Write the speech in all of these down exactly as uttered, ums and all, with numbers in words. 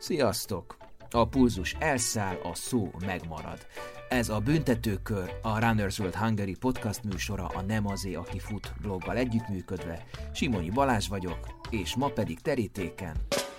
Sziasztok! A pulzus elszáll, a szó megmarad. Ez a Büntetőkör, a Runners World Hungary podcast műsora a Nem azé, aki fut bloggal együttműködve. Simonyi Balázs vagyok, és ma pedig terítéken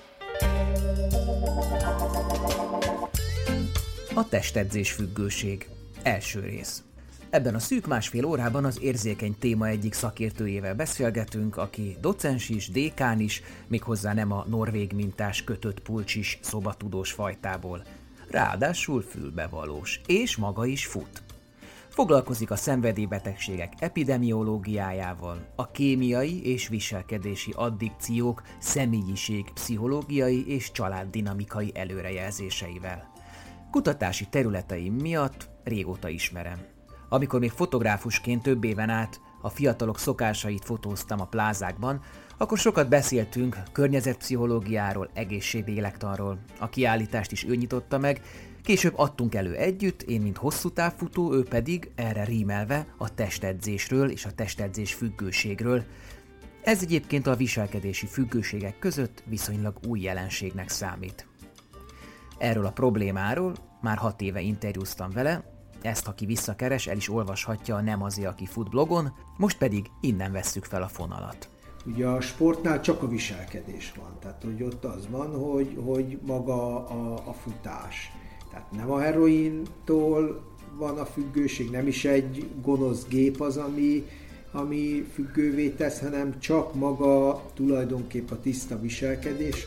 a testedzés függőség. Első rész. Ebben a szűk másfél órában az érzékeny téma egyik szakértőjével beszélgetünk, aki docens is, dékán is, méghozzá nem a norvég mintás kötött pulcsis szobatudós fajtából. Ráadásul fülbevalós, és maga is fut. Foglalkozik a szenvedélybetegségek epidemiológiájával, a kémiai és viselkedési addikciók személyiség pszichológiai és családdinamikai előrejelzéseivel. Kutatási területeim miatt régóta ismerem. Amikor még fotográfusként több éven át a fiatalok szokásait fotóztam a plázákban, akkor sokat beszéltünk környezetpszichológiáról, egészséglélektanról. A kiállítást is ő nyitotta meg, később adtunk elő együtt, én mint hosszú távfutó, ő pedig erre rímelve a testedzésről és a testedzés függőségről. Ez egyébként a viselkedési függőségek között viszonylag új jelenségnek számít. Erről a problémáról már hat éve interjúztam vele, ezt, aki visszakeres, el is olvashatja a Nem azé, aki fut blogon, most pedig innen vesszük fel a fonalat. Ugye a sportnál csak a viselkedés van, tehát hogy ott az van, hogy, hogy maga a, a futás. Tehát nem a herointól van a függőség, nem is egy gonosz gép az, ami, ami függővé tesz, hanem csak maga tulajdonképp a tiszta viselkedés.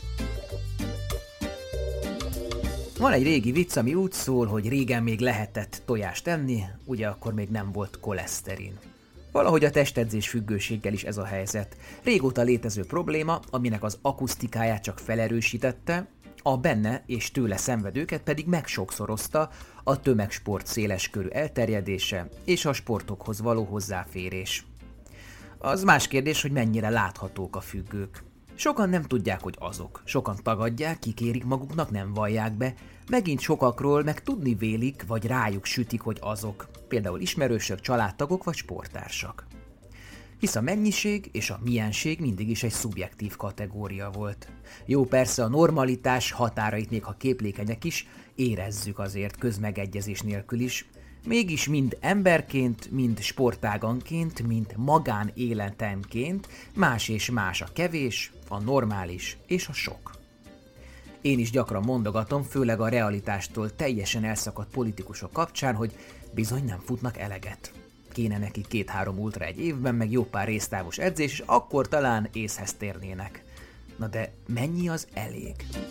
Van egy régi vicc, ami úgy szól, hogy régen még lehetett tojást enni, ugye akkor még nem volt koleszterin. Valahogy a testedzés függőséggel is ez a helyzet. Régóta létező probléma, aminek az akusztikáját csak felerősítette, a benne és tőle szenvedőket pedig megsokszorozta a tömegsport széleskörű elterjedése és a sportokhoz való hozzáférés. Az más kérdés, hogy mennyire láthatók a függők. Sokan nem tudják, hogy azok. Sokan tagadják, kikérik maguknak, nem vallják be. Megint sokakról meg tudni vélik, vagy rájuk sütik, hogy azok. Például ismerősök, családtagok vagy sporttársak. Hisz a mennyiség és a milyenség mindig is egy szubjektív kategória volt. Jó, persze a normalitás határait még ha képlékenyek is, érezzük azért közmegegyezés nélkül is. Mégis mind emberként, mind sportáganként, mind magánéletemként más és más a kevés, a normális és a sok. Én is gyakran mondogatom, főleg a realitástól teljesen elszakadt politikusok kapcsán, hogy bizony nem futnak eleget. Kéne neki két-három ultra egy évben, meg jó pár résztávos edzés, és akkor talán észhez térnének. Na de mennyi az elég?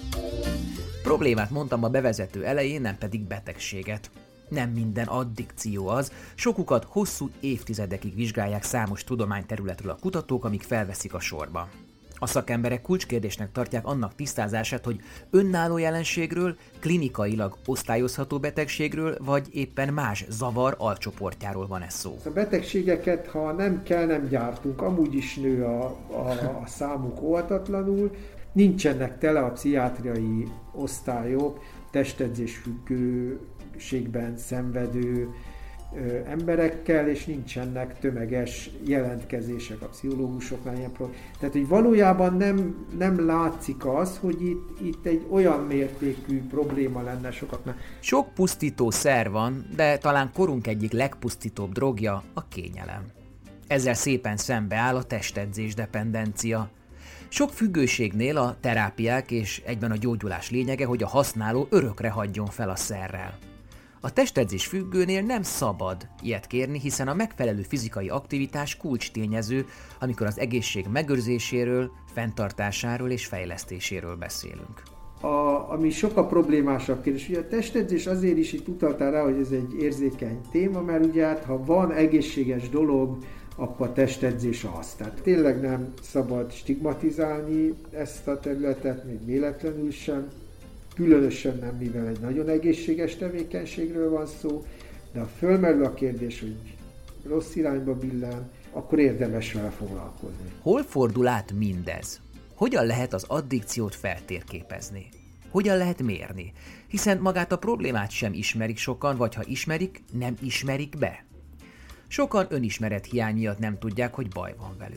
Problémát mondtam a bevezető elején, nem pedig betegséget. Nem minden addikció az, sokukat hosszú évtizedekig vizsgálják számos tudományterületről a kutatók, amíg felveszik a sorba. A szakemberek kulcskérdésnek tartják annak tisztázását, hogy önálló jelenségről, klinikailag osztályozható betegségről, vagy éppen más zavar alcsoportjáról van ez szó. A betegségeket, ha nem kell, nem gyártunk, amúgy is nő a, a, a számuk óhatatlanul, nincsenek tele a pszichiátriai osztályok testedzés függőségben szenvedő ö, emberekkel, és nincsenek tömeges jelentkezések a pszichológusoknál. Ilyen pro... Tehát, hogy valójában nem, nem látszik az, hogy itt, itt egy olyan mértékű probléma lenne sokaknál. Sok pusztító szer van, de talán korunk egyik legpusztítóbb drogja a kényelem. Ezzel szépen szembeáll a testedzés dependencia. Sok függőségnél a terápiák és egyben a gyógyulás lényege, hogy a használó örökre hagyjon fel a szerrel. A testedzés függőnél nem szabad ilyet kérni, hiszen a megfelelő fizikai aktivitás kulcstényező, amikor az egészség megőrzéséről, fenntartásáról és fejlesztéséről beszélünk. A, ami sokkal problémásabb kérdés, ugye a testedzés azért is itt utaltál rá, hogy ez egy érzékeny téma, mert ugye hát, ha van egészséges dolog, akkor a testedzés az. Tehát tényleg nem szabad stigmatizálni ezt a területet, még véletlenül sem. Különösen nem, mivel egy nagyon egészséges tevékenységről van szó, de ha fölmerül a kérdés, hogy rossz irányba billen, akkor érdemes vele foglalkozni. Hol fordul át mindez? Hogyan lehet az addikciót feltérképezni? Hogyan lehet mérni? Hiszen magát a problémát sem ismerik sokan, vagy ha ismerik, nem ismerik be. Sokan önismeret hiány miatt nem tudják, hogy baj van velük.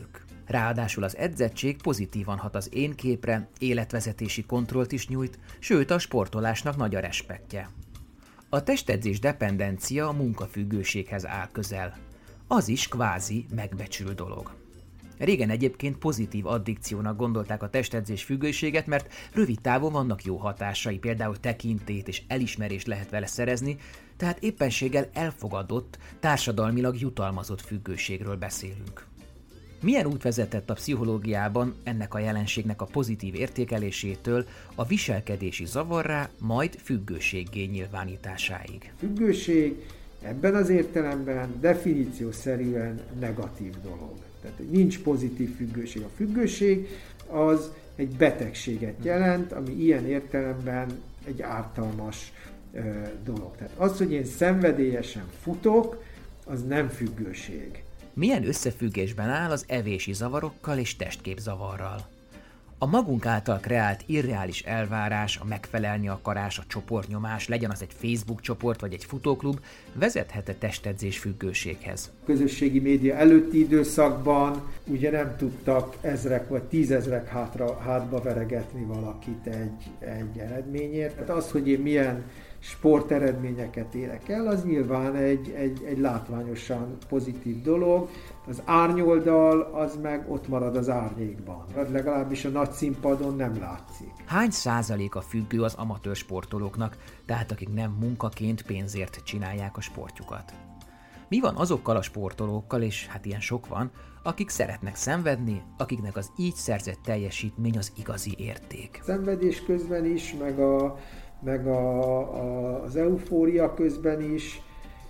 Ráadásul az edzettség pozitívan hat az én képre, életvezetési kontrollt is nyújt, sőt a sportolásnak nagy a respektje. A testedzés dependencia a munkafüggőséghez áll közel. Az is kvázi megbecsült dolog. Régen egyébként pozitív addikciónak gondolták a testedzés függőséget, mert rövid távon vannak jó hatásai, például tekintélyt és elismerést lehet vele szerezni, tehát éppenséggel elfogadott, társadalmilag jutalmazott függőségről beszélünk. Milyen út vezetett a pszichológiában ennek a jelenségnek a pozitív értékelésétől a viselkedési zavarrá, majd függőséggé nyilvánításáig? Függőség ebben az értelemben definíciószerűen negatív dolog. Tehát nincs pozitív függőség. A függőség az egy betegséget jelent, ami ilyen értelemben egy ártalmas ö, dolog. Tehát az, hogy én szenvedélyesen futok, az nem függőség. Milyen összefüggésben áll az evési zavarokkal és testképzavarral? A magunk által kreált irreális elvárás, a megfelelni akarás, a csoportnyomás, legyen az egy Facebook csoport vagy egy futóklub, vezethet-e testedzés függőséghez? A közösségi média előtti időszakban ugye nem tudtak ezrek vagy tízezrek hátra, hátba veregetni valakit egy, egy eredményért. Tehát az, hogy én milyen sporteredményeket érek el, az nyilván egy, egy, egy látványosan pozitív dolog. Az árnyoldal az meg ott marad az árnyékban. Legalábbis a nagy színpadon nem látszik. Hány százalék a függő az amatőr sportolóknak, tehát akik nem munkaként pénzért csinálják a sportjukat? Mi van azokkal a sportolókkal, és hát ilyen sok van, akik szeretnek szenvedni, akiknek az így szerzett teljesítmény az igazi érték? Szenvedés közben is, meg a meg a, a, az eufória közben is,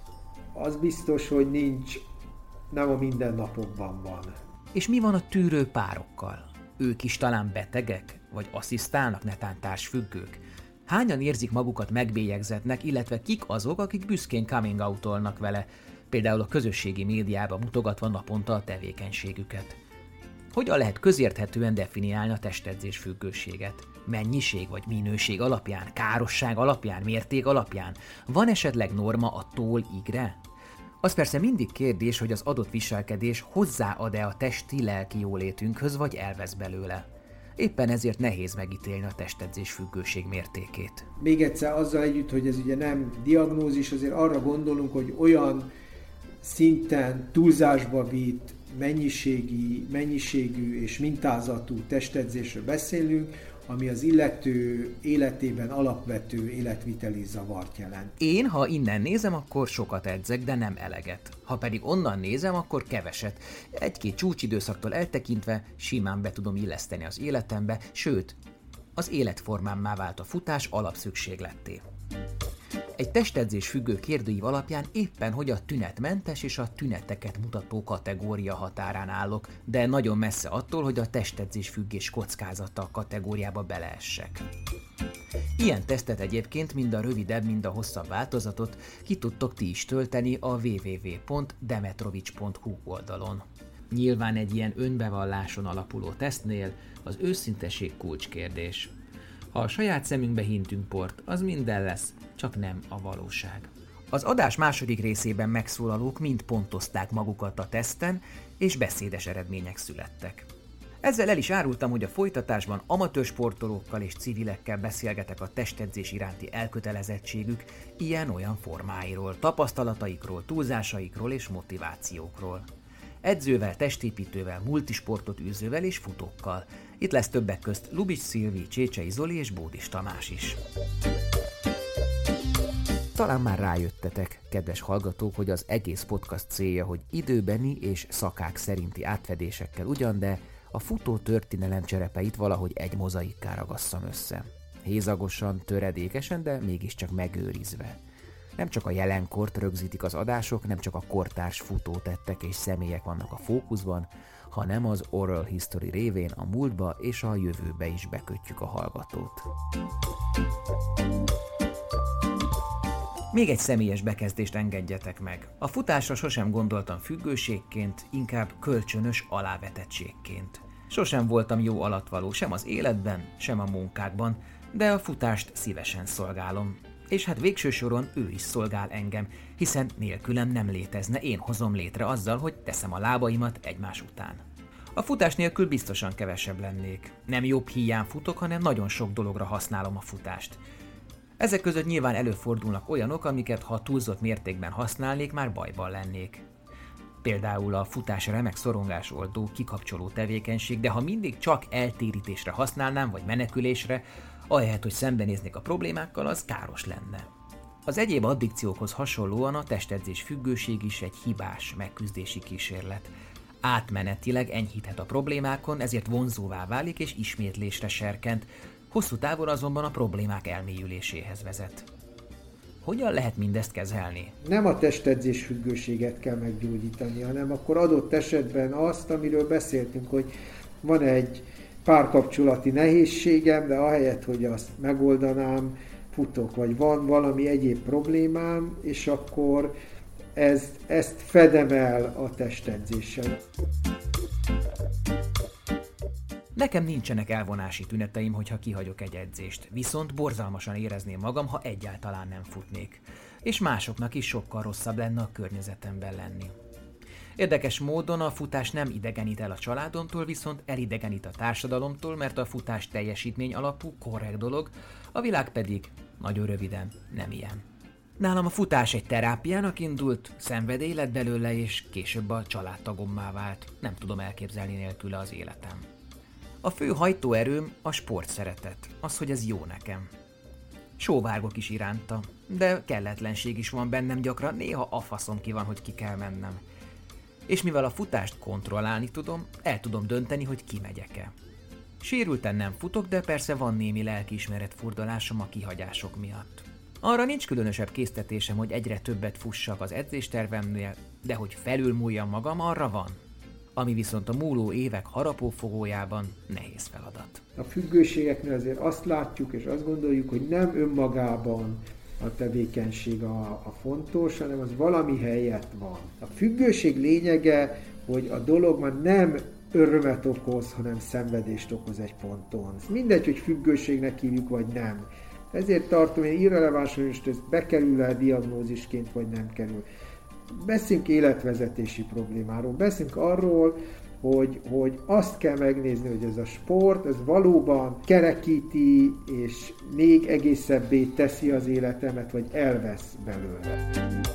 az biztos, hogy nincs, nem a mindennapokban van. És mi van a tűrő párokkal? Ők is talán betegek, vagy asszisztálnak, netán társfüggők? Hányan érzik magukat megbélyegzetnek, illetve kik azok, akik büszkén coming out-olnak vele, például a közösségi médiában mutogatva naponta a tevékenységüket? Hogyan lehet közérthetően definiálni a testedzés függőséget? Mennyiség vagy minőség alapján, károsság alapján, mérték alapján? Van esetleg norma a tól igre? Az persze mindig kérdés, hogy az adott viselkedés hozzáad-e a testi-lelki jólétünkhöz, vagy elvesz belőle. Éppen ezért nehéz megítélni a testedzés függőség mértékét. Még egyszer azzal együtt, hogy ez ugye nem diagnózis, azért arra gondolunk, hogy olyan szinten túlzásba vitt, mennyiségi, mennyiségű és mintázatú testedzésről beszélünk, ami az illető életében alapvető életviteli zavart jelent. Én, ha innen nézem, akkor sokat edzek, de nem eleget. Ha pedig onnan nézem, akkor keveset. Egy-két csúcsidőszaktól eltekintve simán be tudom illeszteni az életembe, sőt, az életformámmá vált a futás alapszükségletté. Egy testedzés függő kérdőív alapján éppen hogy a tünetmentes és a tüneteket mutató kategória határán állok, de nagyon messze attól, hogy a testedzés függés kockázata kategóriába beleessek. Ilyen tesztet egyébként mind a rövidebb, mind a hosszabb változatot ki tudtok ti is tölteni a double-u double-u double-u pont demetrovics pont hu oldalon. Nyilván egy ilyen önbevalláson alapuló tesztnél az őszinteség kulcskérdés. Ha a saját szemünkbe hintünk port, az minden lesz, csak nem a valóság. Az adás második részében megszólalók mind pontozták magukat a teszten, és beszédes eredmények születtek. Ezzel el is árultam, hogy a folytatásban amatőr sportolókkal és civilekkel beszélgetek a testedzés iránti elkötelezettségük ilyen-olyan formáiról, tapasztalataikról, túlzásaikról és motivációkról. Edzővel, testépítővel, multisportot űzővel és futókkal. Itt lesz többek közt Lubich Szilvi, Csécsei Zoli és Bódis Tamás is. Talán már rájöttetek, kedves hallgatók, hogy az egész podcast célja, hogy időbeni és szakák szerinti átfedésekkel ugyan, de a futó történelem cserepeit valahogy egy mozaikká ragasszam össze. Hézagosan, töredékesen, de mégiscsak megőrizve. Nem csak a jelenkort rögzítik az adások, nem csak a kortárs futótettek és személyek vannak a fókuszban, hanem az oral history révén a múltba és a jövőbe is bekötjük a hallgatót. Még egy személyes bekezdést engedjetek meg. A futásra sosem gondoltam függőségként, inkább kölcsönös alávetettségként. Sosem voltam jó alatvaló sem az életben, sem a munkákban, de a futást szívesen szolgálom. És hát végső soron ő is szolgál engem, hiszen nélkülem nem létezne, én hozom létre azzal, hogy teszem a lábaimat egymás után. A futás nélkül biztosan kevesebb lennék. Nem jobb híján futok, hanem nagyon sok dologra használom a futást. Ezek között nyilván előfordulnak olyanok, amiket ha túlzott mértékben használnék, már bajban lennék. Például a futás remek szorongásoldó, kikapcsoló tevékenység, de ha mindig csak eltérítésre használnám, vagy menekülésre, ahelyett, hogy szembenéznék a problémákkal, az káros lenne. Az egyéb addikciókhoz hasonlóan a testedzés függőség is egy hibás megküzdési kísérlet. Átmenetileg enyhíthet a problémákon, ezért vonzóvá válik és ismétlésre serkent, hosszú távon azonban a problémák elmélyüléséhez vezet. Hogyan lehet mindezt kezelni? Nem a testedzés függőséget kell meggyógyítani, hanem akkor adott esetben azt, amiről beszéltünk, hogy van egy párkapcsolati nehézségem, de ahelyett, hogy azt megoldanám, futok, vagy van valami egyéb problémám, és akkor ezt, ezt fedem el a testedzéssel. Nekem nincsenek elvonási tüneteim, hogyha kihagyok egy edzést, viszont borzalmasan érezném magam, ha egyáltalán nem futnék. És másoknak is sokkal rosszabb lenne a környezetemben lenni. Érdekes módon a futás nem idegenít el a családomtól, viszont elidegenít a társadalomtól, mert a futás teljesítmény alapú, korrekt dolog, a világ pedig, nagyon röviden, nem ilyen. Nálam a futás egy terápiának indult, szenvedély lett belőle, és később a családtagommá vált. Nem tudom elképzelni nélküle az életem. A fő hajtóerőm a sportszeretet, az, hogy ez jó nekem. Sóvárgok is iránta, de kelletlenség is van bennem gyakran, néha a faszom ki van, hogy ki kell mennem. És mivel a futást kontrollálni tudom, el tudom dönteni, hogy kimegyek-e. Sérülten nem futok, de persze van némi lelkiismeret furdalásom a kihagyások miatt. Arra nincs különösebb késztetésem, hogy egyre többet fussak az edzéstervemnél, de hogy felülmúljam magam, arra van. Ami viszont a múló évek harapófogójában nehéz feladat. A függőségeknél azért azt látjuk, és azt gondoljuk, hogy nem önmagában a tevékenység a, a fontos, hanem az valami helyett van. A függőség lényege, hogy a dolog már nem örömet okoz, hanem szenvedést okoz egy ponton. Mindegy, hogy függőségnek hívjuk, vagy nem. Ezért tartom én irreleváns, hogy most ez bekerül-e diagnózisként, vagy nem kerül. Beszélünk életvezetési problémáról, beszélünk arról, hogy, hogy azt kell megnézni, hogy ez a sport, ez valóban kerekíti, és még egészebbé teszi az életemet, vagy elvesz belőle.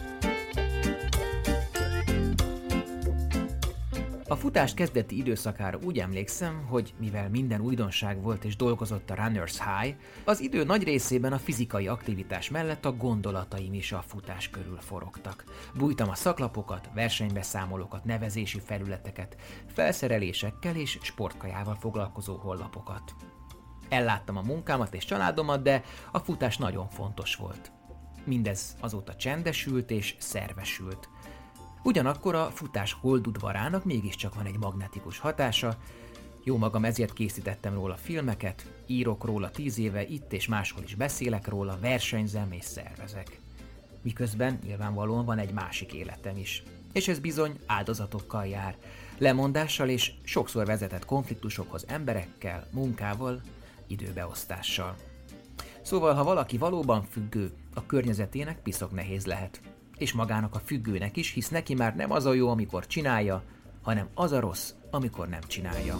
A futás kezdeti időszakára úgy emlékszem, hogy mivel minden újdonság volt és dolgozott a Runners High, az idő nagy részében a fizikai aktivitás mellett a gondolataim is a futás körül forogtak. Bújtam a szaklapokat, versenybeszámolókat, nevezési felületeket, felszerelésekkel és sportkajával foglalkozó honlapokat. Elláttam a munkámat és családomat, de a futás nagyon fontos volt. Mindez azóta csendesült és szervesült. Ugyanakkor a futás holdudvarának mégiscsak van egy magnetikus hatása, jó magam ezért készítettem róla filmeket, írok róla tíz éve, itt és máshol is beszélek róla, versenyzem és szervezek. Miközben nyilvánvalóan van egy másik életem is, és ez bizony áldozatokkal jár, lemondással és sokszor vezetett konfliktusokhoz emberekkel, munkával, időbeosztással. Szóval, ha valaki valóban függő, a környezetének piszok nehéz lehet. És magának a függőnek is, hisz neki már nem az a jó, amikor csinálja, hanem az a rossz, amikor nem csinálja.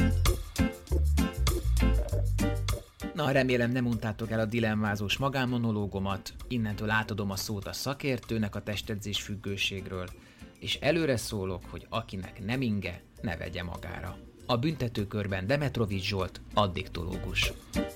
Na, remélem nem untátok el a dilemmázós magánmonológomat, innentől átadom a szót a szakértőnek a testedzés függőségről, és előre szólok, hogy akinek nem inge, ne vegye magára. A büntetőkörben Demetrovics Zsolt, addiktológus.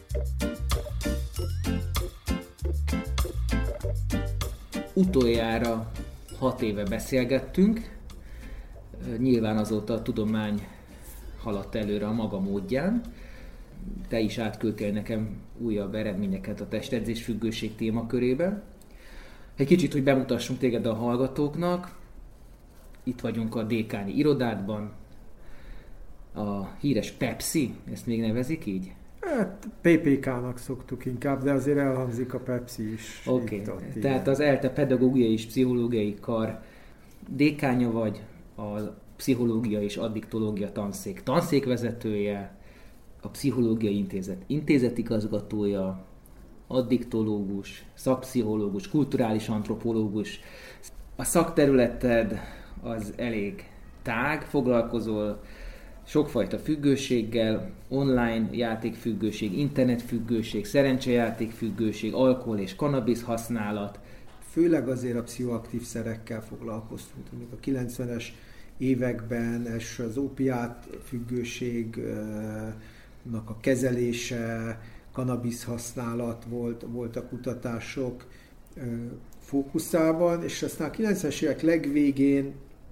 Utoljára hat éve beszélgettünk, nyilván azóta a tudomány haladt előre a maga módján. Te is átküldtél nekem újabb eredményeket a testedzés függőség témakörében. Egy kicsit, hogy bemutassunk téged a hallgatóknak. Itt vagyunk a dékáni irodádban. A híres Pepsi, ezt még nevezik így? Hát pé pé ká-nak szoktuk inkább, de azért elhangzik a Pepsi is. Oké, okay. Tehát az ELTE pedagógiai és pszichológiai kar dékánya vagy, a pszichológia és addiktológia tanszék tanszékvezetője, a pszichológiai intézet intézetigazgatója, addiktológus, szakpszichológus, kulturális antropológus. A szakterületed az elég tág, foglalkozol sokfajta függőséggel, online játékfüggőség, internetfüggőség, szerencsejátékfüggőség, alkohol és kannabisz használat. Főleg azért a pszichoaktív szerekkel foglalkoztunk. A kilencvenes években és az ópiát függőségnek a kezelése, kannabisz használat volt, volt a kutatások fókuszában, és aztán a kilencvenes évek legvégén,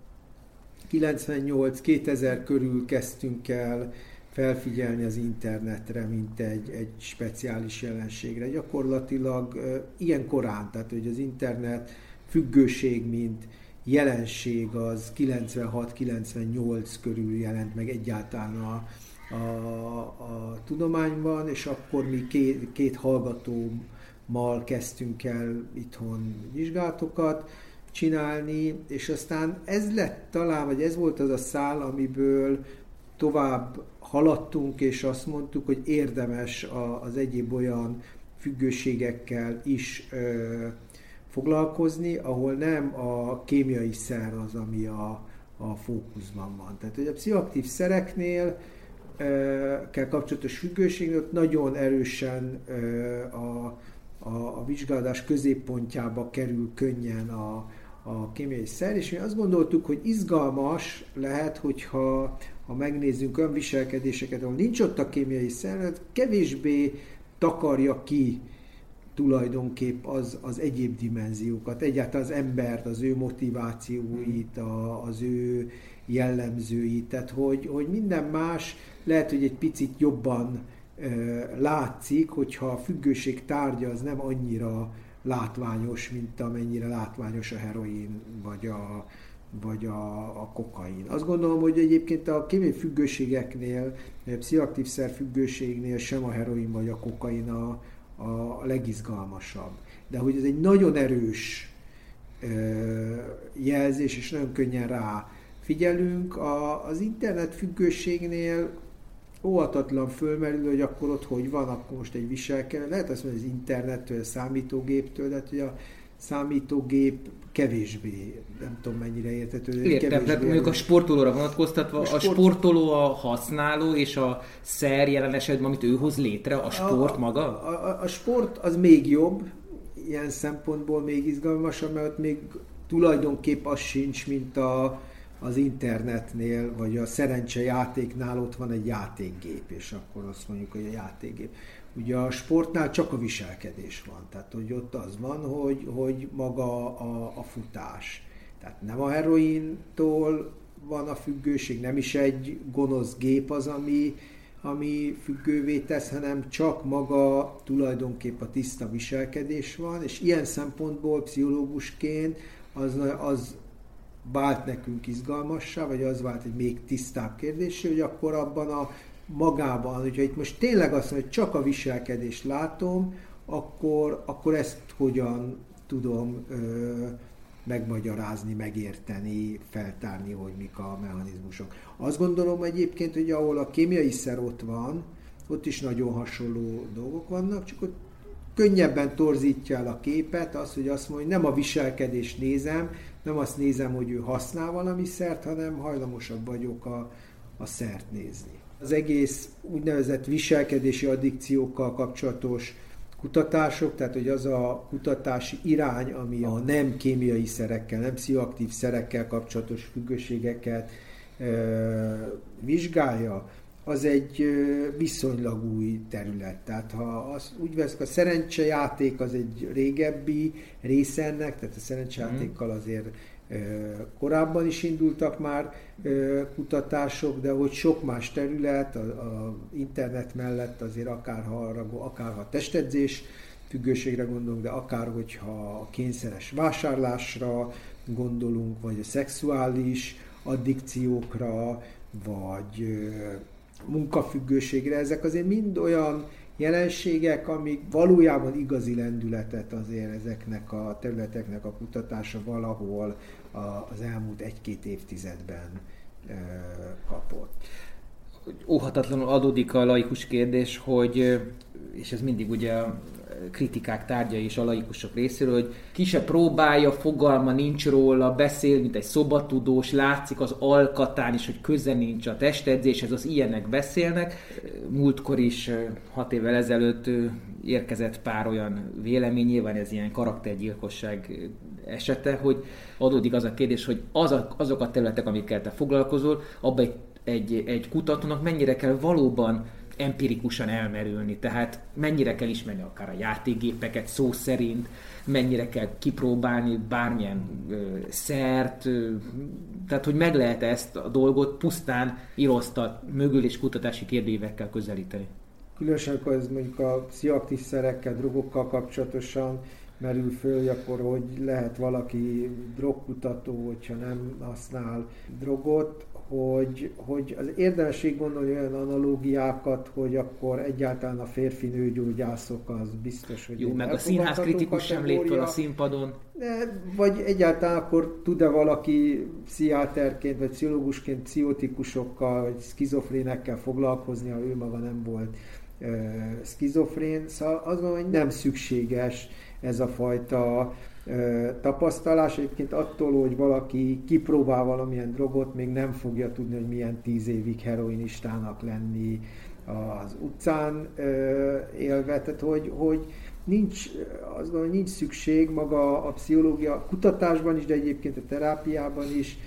kilencvennyolc-kétezer körül kezdtünk el felfigyelni az internetre, mint egy, egy speciális jelenségre. Gyakorlatilag ilyen korán, tehát hogy az internet függőség, mint jelenség az kilencvenhat-kilencvennyolc körül jelent meg egyáltalán a, a, a tudományban, és akkor mi két, két hallgatómmal kezdtünk el itthon vizsgálatokat csinálni, és aztán ez lett talán, vagy ez volt az a szál, amiből tovább haladtunk, és azt mondtuk, hogy érdemes az egyéb olyan függőségekkel is ö, foglalkozni, ahol nem a kémiai szer az, ami a, a fókuszban van. Tehát, hogy a pszichoaktív szereknél ö, kell kapcsolatos függőségnél ott nagyon erősen ö, a, a, a vizsgálódás középpontjába kerül könnyen a, a kémiai szer, és mi azt gondoltuk, hogy izgalmas lehet, hogyha ha megnézzünk olyan viselkedéseket, ahol nincs ott a kémiai szer, kevésbé takarja ki tulajdonképp az, az egyéb dimenziókat, egyáltalán az embert, az ő motivációit, a, az ő jellemzőit, tehát hogy, hogy minden más lehet, hogy egy picit jobban e, látszik, hogyha a függőség tárgya az nem annyira látványos, mint amennyire látványos a heroin vagy a, vagy a, a kokain. Azt gondolom, hogy egyébként a kémiai függőségeknél, a pszichoaktív szer függőségnél sem a heroin vagy a kokain a, a legizgalmasabb. De hogy ez egy nagyon erős ö, jelzés, és nagyon könnyen rá figyelünk. A, az internet függőségnél óhatatlan fölmerül, hogy akkor ott hogy van, akkor most egy viselkedés. Lehet azt mondani, hogy az internettől, a számítógéptől, de hogy a számítógép kevésbé, nem tudom mennyire érthető. Értem, tehát mondjuk a sportolóra vonatkoztatva, a, sport... a sportoló a használó, és a szer jelen esetben, amit ő hoz létre, a sport a, maga? A, a, a sport az még jobb, ilyen szempontból még izgalmasabb, mert még tulajdonképp az sincs, mint a, az internetnél, vagy a szerencsejátéknál ott van egy játékgép, és akkor azt mondjuk, hogy a játékgép. Ugye a sportnál csak a viselkedés van, tehát hogy ott az van, hogy, hogy maga a, a futás. Tehát nem a herointól van a függőség, nem is egy gonosz gép az, ami, ami függővé tesz, hanem csak maga tulajdonképp a tiszta viselkedés van, és ilyen szempontból pszichológusként az, az vált nekünk izgalmassá, vagy az vált egy még tisztább kérdésé, hogy akkor abban a magában, hogyha itt most tényleg azt mondja, hogy csak a viselkedést látom, akkor, akkor ezt hogyan tudom ö, megmagyarázni, megérteni, feltárni, hogy mik a mechanizmusok. Azt gondolom egyébként, hogy ahol a kémiai szer ott van, ott is nagyon hasonló dolgok vannak, csak ott könnyebben torzítja el a képet az, hogy azt mondja, hogy nem a viselkedést nézem, nem azt nézem, hogy ő használ valami szert, hanem hajlamosabb vagyok a, a szert nézni. Az egész úgynevezett viselkedési addikciókkal kapcsolatos kutatások, tehát hogy az a kutatási irány, ami a nem kémiai szerekkel, nem pszichoaktív szerekkel kapcsolatos függőségeket e, vizsgálja, az egy viszonylag új terület. Tehát ha azt úgy veszük, a szerencsejáték az egy régebbi része ennek, tehát a szerencsejátékkal azért korábban is indultak már kutatások, de hogy sok más terület, a, a internet mellett azért akár ha, akár ha testedzés függőségre gondolunk, de akár hogyha a kényszeres vásárlásra gondolunk, vagy a szexuális addikciókra, vagy munkafüggőségre, ezek azért mind olyan jelenségek, amik valójában igazi lendületet azért ezeknek a területeknek a kutatása valahol az elmúlt egy-két évtizedben kapott. óhatatlanul adódik a laikus kérdés, hogy, és ez mindig ugye a kritikák tárgya is a laikusok részéről, hogy ki se próbálja, fogalma nincs róla, beszél, mint egy szobatudós, látszik az alkatán is, hogy köze nincs a testedzéshez, az ilyenek beszélnek. Múltkor is, hat évvel ezelőtt érkezett pár olyan vélemény, nyilván ez ilyen karaktergyilkosság esete, hogy adódik az a kérdés, hogy az a, azok a területek, amikkel te foglalkozol, abban egy, egy, egy kutatónak mennyire kell valóban empirikusan elmerülni, tehát mennyire kell ismerni akár a játékgépeket szó szerint, mennyire kell kipróbálni bármilyen ö, szert, ö, tehát hogy meg lehet ezt a dolgot pusztán írosztat mögül és kutatási kérdőívekkel közelíteni. Különösen, akkor ez mondjuk a pszichoaktív szerekkel, drogokkal kapcsolatosan merül föl, akkor hogy lehet valaki drogkutató, hogyha nem használ drogot, hogy, hogy az érdemes így gondolni olyan analógiákat, hogy akkor egyáltalán a férfi nőgyógyászok az biztos, hogy... Jó, meg a színház kritikus sem lép fel a színpadon. De, vagy egyáltalán akkor tud-e valaki pszichiáterként, vagy pszichológusként pszichotikusokkal, vagy szkizofrénekkel foglalkozni, ha ő maga nem volt uh, szkizofrén. Szóval azon, hogy nem szükséges ez a fajta tapasztalás. Egyébként attól, hogy valaki kipróbál valamilyen drogot, még nem fogja tudni, hogy milyen tíz évig heroinistának lenni az utcán élve. Tehát, hogy, hogy nincs, azt gondolom, nincs szükség maga a pszichológia kutatásban is, de egyébként a terápiában is,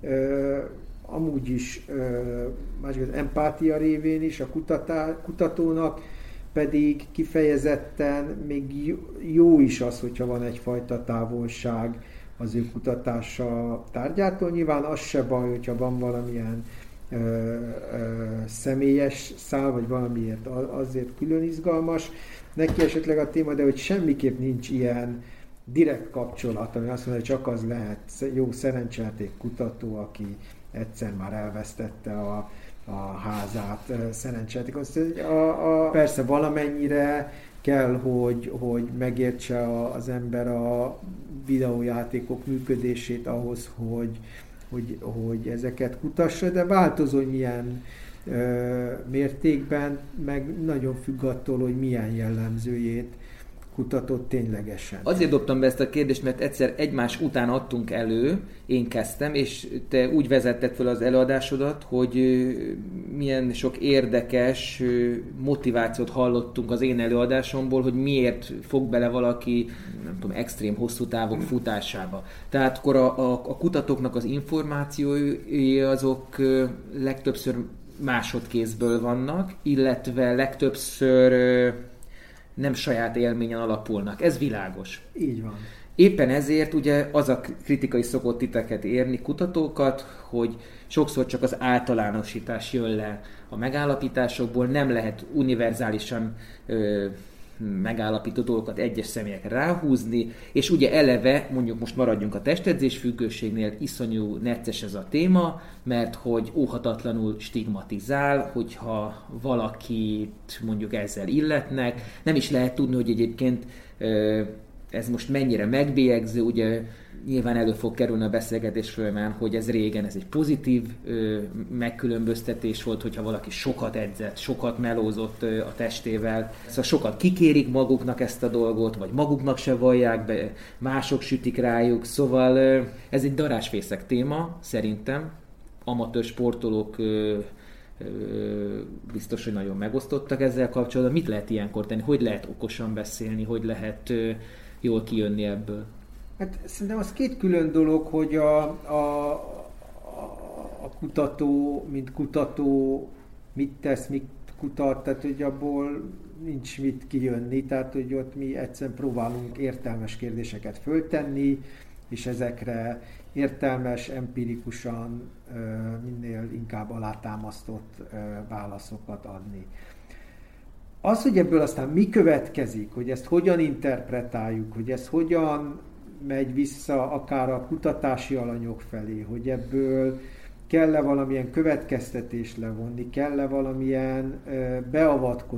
amúgy is, másik az empátia révén is a kutatá, kutatónak pedig kifejezetten még jó is az, hogyha van egyfajta távolság az ő kutatása tárgyától. Nyilván az se baj, hogyha van valamilyen ö, ö, személyes szál, vagy valamiért azért külön izgalmas neki esetleg a téma, de hogy semmiképp nincs ilyen direkt kapcsolat, ami azt mondja, hogy csak az lehet jó szerencsejáték kutató, aki egyszer már elvesztette a a házát szerencsejáték. A, a, persze valamennyire kell, hogy, hogy megértse a, az ember a videójátékok működését ahhoz, hogy, hogy, hogy ezeket kutassa, de változó milyen ö, mértékben, meg nagyon függ attól, hogy milyen jellemzőjét kutatott ténylegesen. Azért dobtam be ezt a kérdést, mert egyszer egymás után adtunk elő, én kezdtem, és te úgy vezetted fel az előadásodat, hogy milyen sok érdekes motivációt hallottunk az én előadásomból, hogy miért fog bele valaki, nem tudom, extrém hosszú távok futásába. Tehát akkor a, a, a kutatóknak az információi azok legtöbbször másodkézből vannak, illetve legtöbbször nem saját élményen alapulnak. Ez világos. Így van. Éppen ezért ugye az a kritika is szokott titeket érni, kutatókat, hogy sokszor csak az általánosítás jön le a megállapításokból, nem lehet univerzálisan ö, megállapító dolgokat egyes személyekre ráhúzni, és ugye eleve, mondjuk most maradjunk a testedzés függőségnél, iszonyú necces ez a téma, mert hogy óhatatlanul stigmatizál, hogyha valakit mondjuk ezzel illetnek, nem is lehet tudni, hogy egyébként ez most mennyire megbélyegző, ugye nyilván elő fog kerülni a beszélgetés folyamán, hogy ez régen ez egy pozitív ö, megkülönböztetés volt, hogyha valaki sokat edzett, sokat melózott ö, a testével, szóval sokat kikérik maguknak ezt a dolgot, vagy maguknak se vallják be, mások sütik rájuk, szóval ö, ez egy darásfészek téma, szerintem. Amatőr sportolók ö, ö, biztos, hogy nagyon megosztottak ezzel kapcsolatban. Mit lehet ilyenkor tenni? Hogy lehet okosan beszélni? Hogy lehet ö, jól kijönni ebből? Hát szerintem az két külön dolog, hogy a, a, a kutató, mint kutató mit tesz, mit kutat, tehát hogy abból nincs mit kijönni, tehát hogy ott mi egyszerűen próbálunk értelmes kérdéseket föltenni, és ezekre értelmes, empirikusan minél inkább alátámasztott válaszokat adni. Az, hogy ebből aztán mi következik, hogy ezt hogyan interpretáljuk, hogy ez hogyan megy vissza akár a kutatási alanyok felé, hogy ebből kell-e valamilyen következtetést levonni, kell-e valamilyen ö,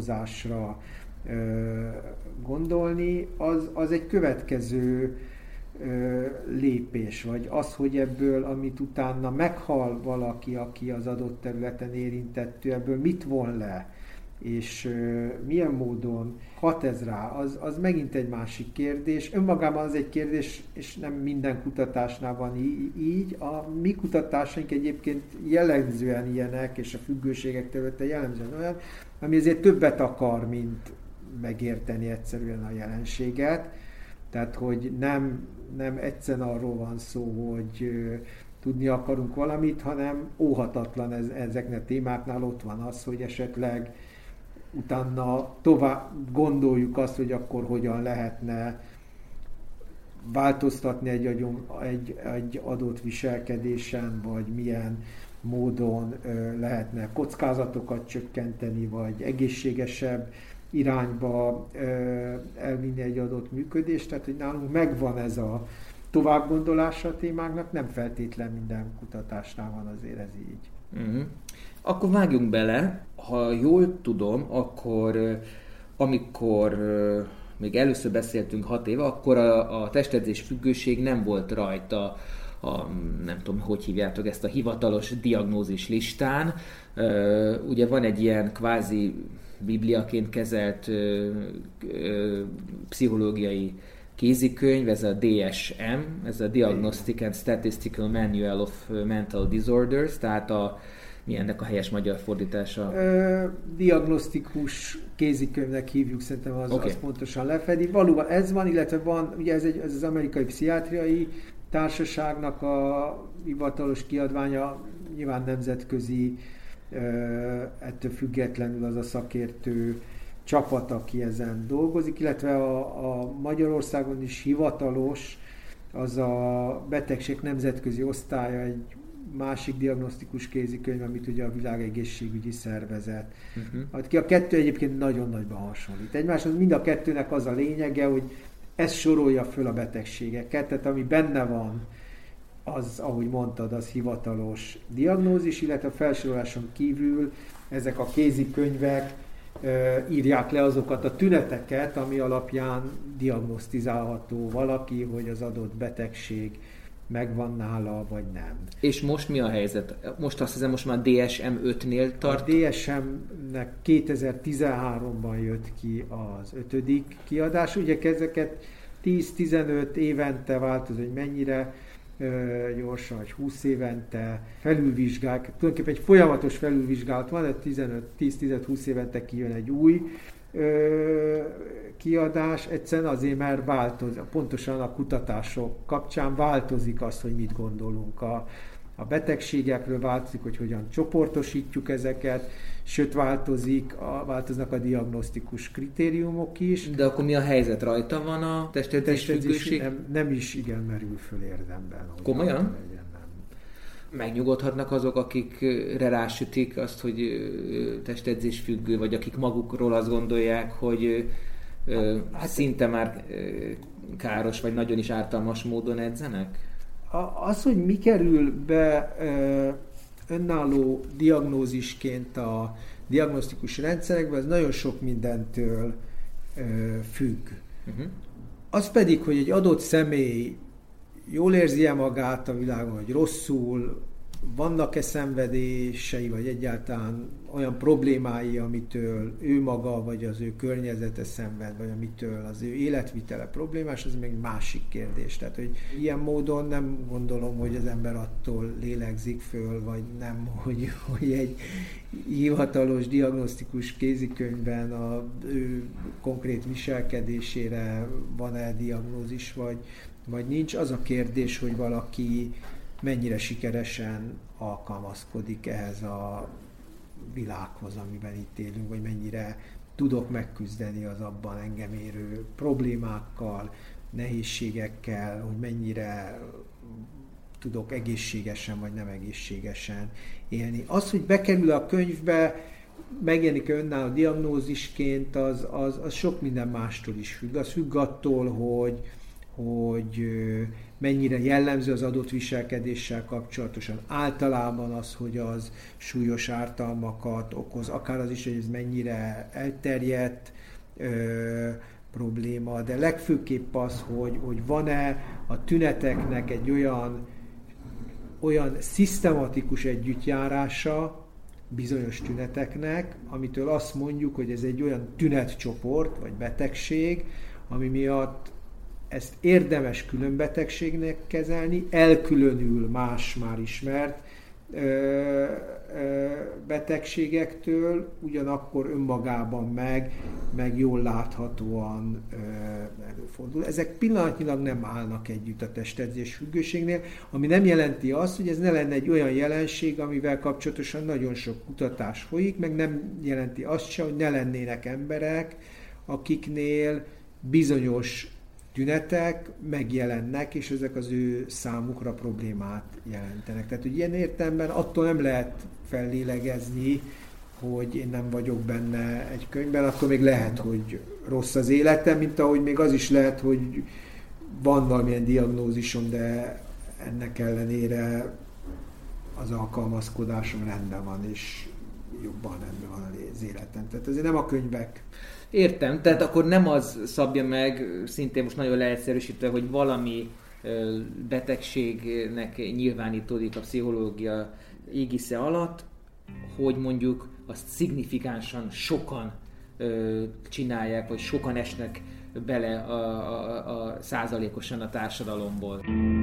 beavatkozásra ö, gondolni, az, az egy következő lépés, vagy az, hogy ebből, amit utána meghal valaki, aki az adott területen érintett, ebből mit von le, és milyen módon hat ez rá, az, az megint egy másik kérdés. Önmagában az egy kérdés, és nem minden kutatásnál van így. A mi kutatásaink egyébként jellemzően ilyenek, és a függőségek területe jellemzően olyan, ami azért többet akar, mint megérteni egyszerűen a jelenséget. Tehát, hogy nem, nem egyszerűen arról van szó, hogy tudni akarunk valamit, hanem óhatatlan ez, ezeknek a témáknál ott van az, hogy esetleg utána tovább gondoljuk azt, hogy akkor hogyan lehetne változtatni egy, agyon, egy, egy adott viselkedésen, vagy milyen módon ö, lehetne kockázatokat csökkenteni, vagy egészségesebb irányba ö, elvinni egy adott működést. Tehát, hogy nálunk megvan ez a továbbgondolása a témáknak, nem feltétlen minden kutatásnál van azért ez így. Uh-huh. Akkor vágjunk bele. Ha jól tudom, akkor amikor még először beszéltünk hat éve, akkor a, a testedzés függőség nem volt rajta a, nem tudom, hogy hívjátok ezt, a hivatalos diagnózis listán. Ugye van egy ilyen kvázi bibliaként kezelt ö, ö, pszichológiai kézikönyv, ez a dé es em, ez a Diagnostic and Statistical Manual of Mental Disorders, tehát a, mi ennek a helyes magyar fordítása? Ö, diagnosztikus kézikönyvnek hívjuk, szerintem az, okay. az pontosan lefedi. Valóban ez van, illetve van, ugye ez, egy, ez az Amerikai Pszichiátriai Társaságnak a hivatalos kiadványa, nyilván nemzetközi, ö, ettől függetlenül az a szakértő csapat, aki ezen dolgozik, illetve a, a Magyarországon is hivatalos, az a betegség nemzetközi osztálya, egy másik diagnosztikus kézikönyv, amit ugye a Világegészségügyi Szervezet. Uh-huh. A kettő egyébként nagyon nagyban hasonlít egymáshoz. Mind a kettőnek az a lényege, hogy ez sorolja föl a betegségeket, tehát ami benne van, az, ahogy mondtad, az hivatalos diagnózis, illetve a felsoroláson kívül ezek a kézikönyvek írják le azokat a tüneteket, ami alapján diagnosztizálható valaki, hogy az adott betegség megvan nála, vagy nem. És most mi a helyzet? Most azt hiszem, most már dé es em ötnél tart? A dé es em-nek kétezer-tizenháromban jött ki az ötödik kiadás. Ugye ezeket tíz-tizenöt évente változ, hogy mennyire gyorsan, vagy húsz évente felülvizsgálják. Tulajdonképpen egy folyamatos felülvizsgálat van, de tíz-tizenöt-húsz évente kijön egy új ö, kiadás. Egyszerűen azért, mert változik, pontosan a kutatások kapcsán változik az, hogy mit gondolunk a, a betegségekről, változik, hogy hogyan csoportosítjuk ezeket, sőt változik, a, változnak a diagnosztikus kritériumok is. De akkor mi a helyzet? Rajta van a testedzés függőség? Nem, nem is igen merül föl érdemben. Komolyan? Legyen, nem. Megnyugodhatnak azok, akikre rásütik azt, hogy testedzés függő, vagy akik magukról azt gondolják, hogy hát, szinte már káros, vagy nagyon is ártalmas módon edzenek? Az, hogy mi kerül be önálló diagnózisként a diagnosztikus rendszerekbe, az nagyon sok mindentől függ. Uh-huh. Az pedig, hogy egy adott személy jól érzi-e magát a világon, vagy rosszul, vannak-e szenvedései, vagy egyáltalán olyan problémái, amitől ő maga, vagy az ő környezete szenved, vagy amitől az ő életvitele problémás, az még másik kérdés. Tehát, hogy ilyen módon nem gondolom, hogy az ember attól lélegzik föl, vagy nem, hogy, hogy egy hivatalos diagnosztikus kézikönyvben a ő konkrét viselkedésére van-e diagnózis, vagy, vagy nincs. Az a kérdés, hogy valaki mennyire sikeresen alkalmazkodik ehhez a világhoz, amiben itt élünk, vagy mennyire tudok megküzdeni az abban engem érő problémákkal, nehézségekkel, hogy mennyire tudok egészségesen, vagy nem egészségesen élni. Az, hogy bekerül a könyvbe, megjelenik önálló diagnózisként, az, az, az sok minden mástól is függ. Az függ attól, hogy hogy mennyire jellemző az adott viselkedéssel kapcsolatosan. Általában az, hogy az súlyos ártalmakat okoz, akár az is, hogy ez mennyire elterjedt, probléma, de legfőképp az, hogy, hogy van-e a tüneteknek egy olyan, olyan szisztematikus együttjárása bizonyos tüneteknek, amitől azt mondjuk, hogy ez egy olyan tünetcsoport, vagy betegség, ami miatt ezt érdemes különbetegségnek kezelni, elkülönül más már ismert ö, ö, betegségektől, ugyanakkor önmagában meg, meg jól láthatóan ö, előfordul. Ezek pillanatnyilag nem állnak együtt a testedzés függőségnél, ami nem jelenti azt, hogy ez ne lenne egy olyan jelenség, amivel kapcsolatosan nagyon sok kutatás folyik, meg nem jelenti azt se, hogy ne lennének emberek, akiknél bizonyos tünetek megjelennek, és ezek az ő számukra problémát jelentenek. Tehát, hogy ilyen értelemben attól nem lehet fellélegezni, hogy én nem vagyok benne egy könyvben, akkor még lehet, hogy rossz az életem, mint ahogy még az is lehet, hogy van valamilyen diagnózisom, de ennek ellenére az alkalmazkodásom rendben van, és jobban rendben van az életem. Tehát azért nem a könyvek. Értem, tehát akkor nem az szabja meg, szintén most nagyon leegyszerűsítve, hogy valami betegségnek nyilvánítódik a pszichológia égisze alatt, hogy mondjuk azt szignifikánsan sokan csinálják, vagy sokan esnek bele a, a, a százalékosan a társadalomból.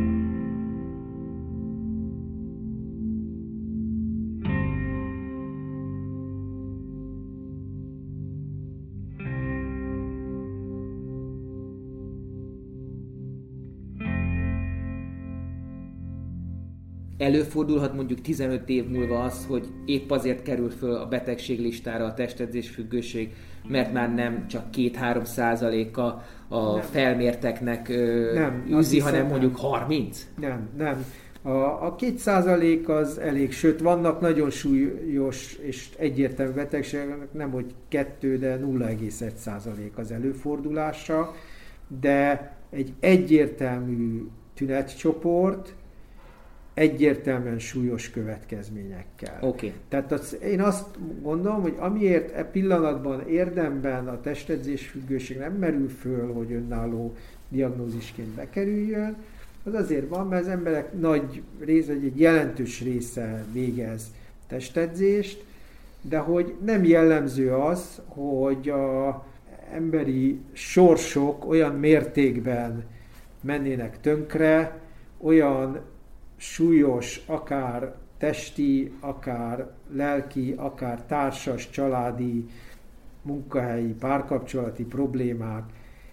Előfordulhat mondjuk tizenöt év múlva az, hogy épp azért kerül föl a betegséglistára a testedzésfüggőség, mert már nem csak két-három százaléka a nem. felmérteknek nem, űzi, hanem mondjuk harminc? Nem, nem. A, a két százalék az elég, sőt vannak nagyon súlyos és egyértelmű betegségek, nem hogy kettő, de nulla egész egy százalék az előfordulása, de egy egyértelmű tünetcsoport, egyértelműen súlyos következményekkel. Okay. Tehát az, én azt gondolom, hogy amiért e pillanatban érdemben a testedzésfüggőség nem merül föl, hogy önálló diagnózisként bekerüljön, az azért van, mert az emberek nagy része, egy jelentős része végez testedzést, de hogy nem jellemző az, hogy az emberi sorsok olyan mértékben mennének tönkre, olyan súlyos, akár testi, akár lelki, akár társas, családi, munkahelyi, párkapcsolati problémák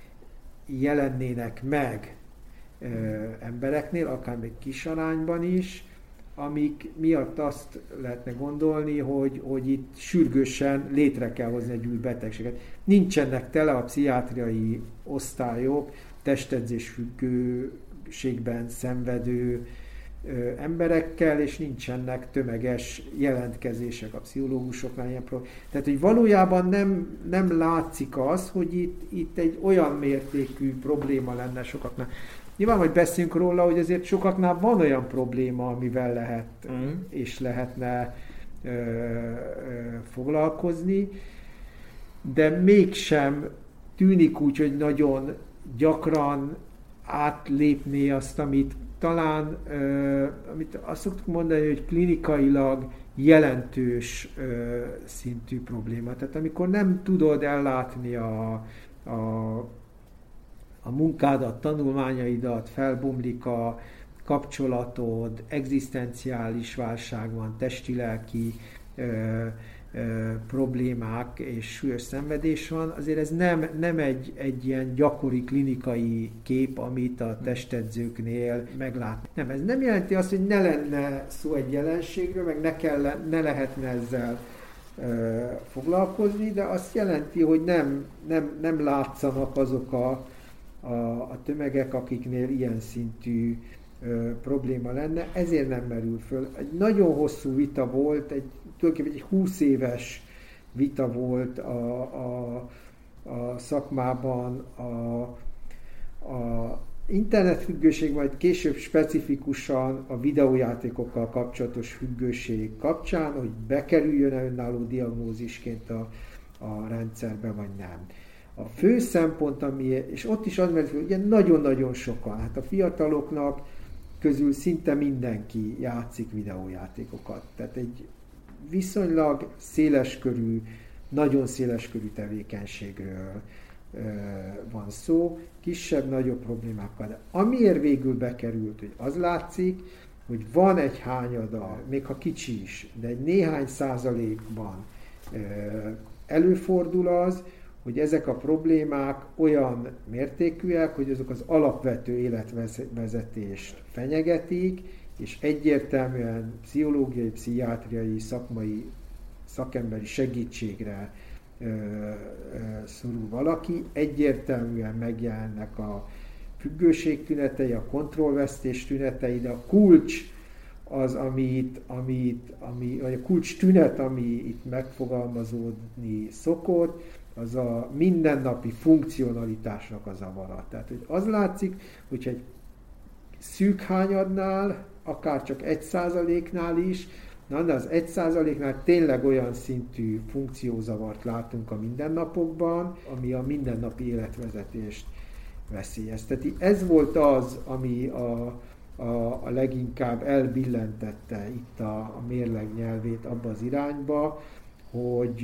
jelennének meg ö, embereknél, akár még kis arányban is, amik miatt azt lehetne gondolni, hogy, hogy itt sürgősen létre kell hozni egy új betegséget. Nincsenek tele a pszichiátriai osztályok testedzésfüggőségben szenvedő emberekkel, és nincsenek tömeges jelentkezések a pszichológusoknál ilyen problémák. Tehát, hogy valójában nem, nem látszik az, hogy itt, itt egy olyan mértékű probléma lenne sokaknál. Nyilván majd beszélünk róla, hogy azért sokaknál van olyan probléma, amivel lehet mm. és lehetne ö, ö, foglalkozni, de mégsem tűnik úgy, hogy nagyon gyakran átlépné azt, amit talán, uh, amit azt szoktuk mondani, hogy klinikailag jelentős uh, szintű probléma. Tehát amikor nem tudod ellátni a, a, a munkádat, tanulmányaidat, felbomlik a kapcsolatod, egzisztenciális válság van, testi-lelki uh, problémák és súlyos szenvedés van, azért ez nem, nem egy, egy ilyen gyakori klinikai kép, amit a testedzőknél meglát. Nem, ez nem jelenti azt, hogy ne lenne szó egy jelenségről, meg ne, kell, ne lehetne ezzel ö, foglalkozni, de azt jelenti, hogy nem, nem, nem látszanak azok a, a, a tömegek, akiknél ilyen szintű ö, probléma lenne, ezért nem merül föl. Egy nagyon hosszú vita volt, egy tulajdonképpen egy húsz éves vita volt a, a, a szakmában, a, a internetfüggőség, majd később specifikusan a videójátékokkal kapcsolatos függőség kapcsán, hogy bekerüljön-e önálló diagnózisként a, a rendszerbe, vagy nem. A fő szempont, ami, és ott is az merül, hogy ugye nagyon-nagyon sokan, hát a fiataloknak közül szinte mindenki játszik videójátékokat. Tehát egy viszonylag széleskörű, nagyon széleskörű tevékenységről ö, van szó, kisebb-nagyobb problémákkal. De amiért végül bekerült, hogy az látszik, hogy van egy hányada, még ha kicsi is, de egy néhány százalékban ö, előfordul az, hogy ezek a problémák olyan mértékűek, hogy azok az alapvető életvezetést fenyegetik, és egyértelműen pszichológiai, pszichiátriai, szakmai, szakemberi segítségre ö, ö, szorul valaki, egyértelműen megjelennek a függőség tünetei, a kontrollvesztés tünetei, de a kulcs az, amit, amit, ami, vagy a kulcs tünet, ami itt megfogalmazódni szokott, az a mindennapi funkcionalitásnak a zavara. Tehát, hogy az látszik, hogyha egy szűk hányadnál, akár csak egy százaléknál is, na, de az egy százaléknál tényleg olyan szintű funkciózavart látunk a mindennapokban, ami a mindennapi életvezetést veszélyezteti. Ez volt az, ami a, a, a leginkább elbillentette itt a, a mérleg nyelvét abba az irányba, hogy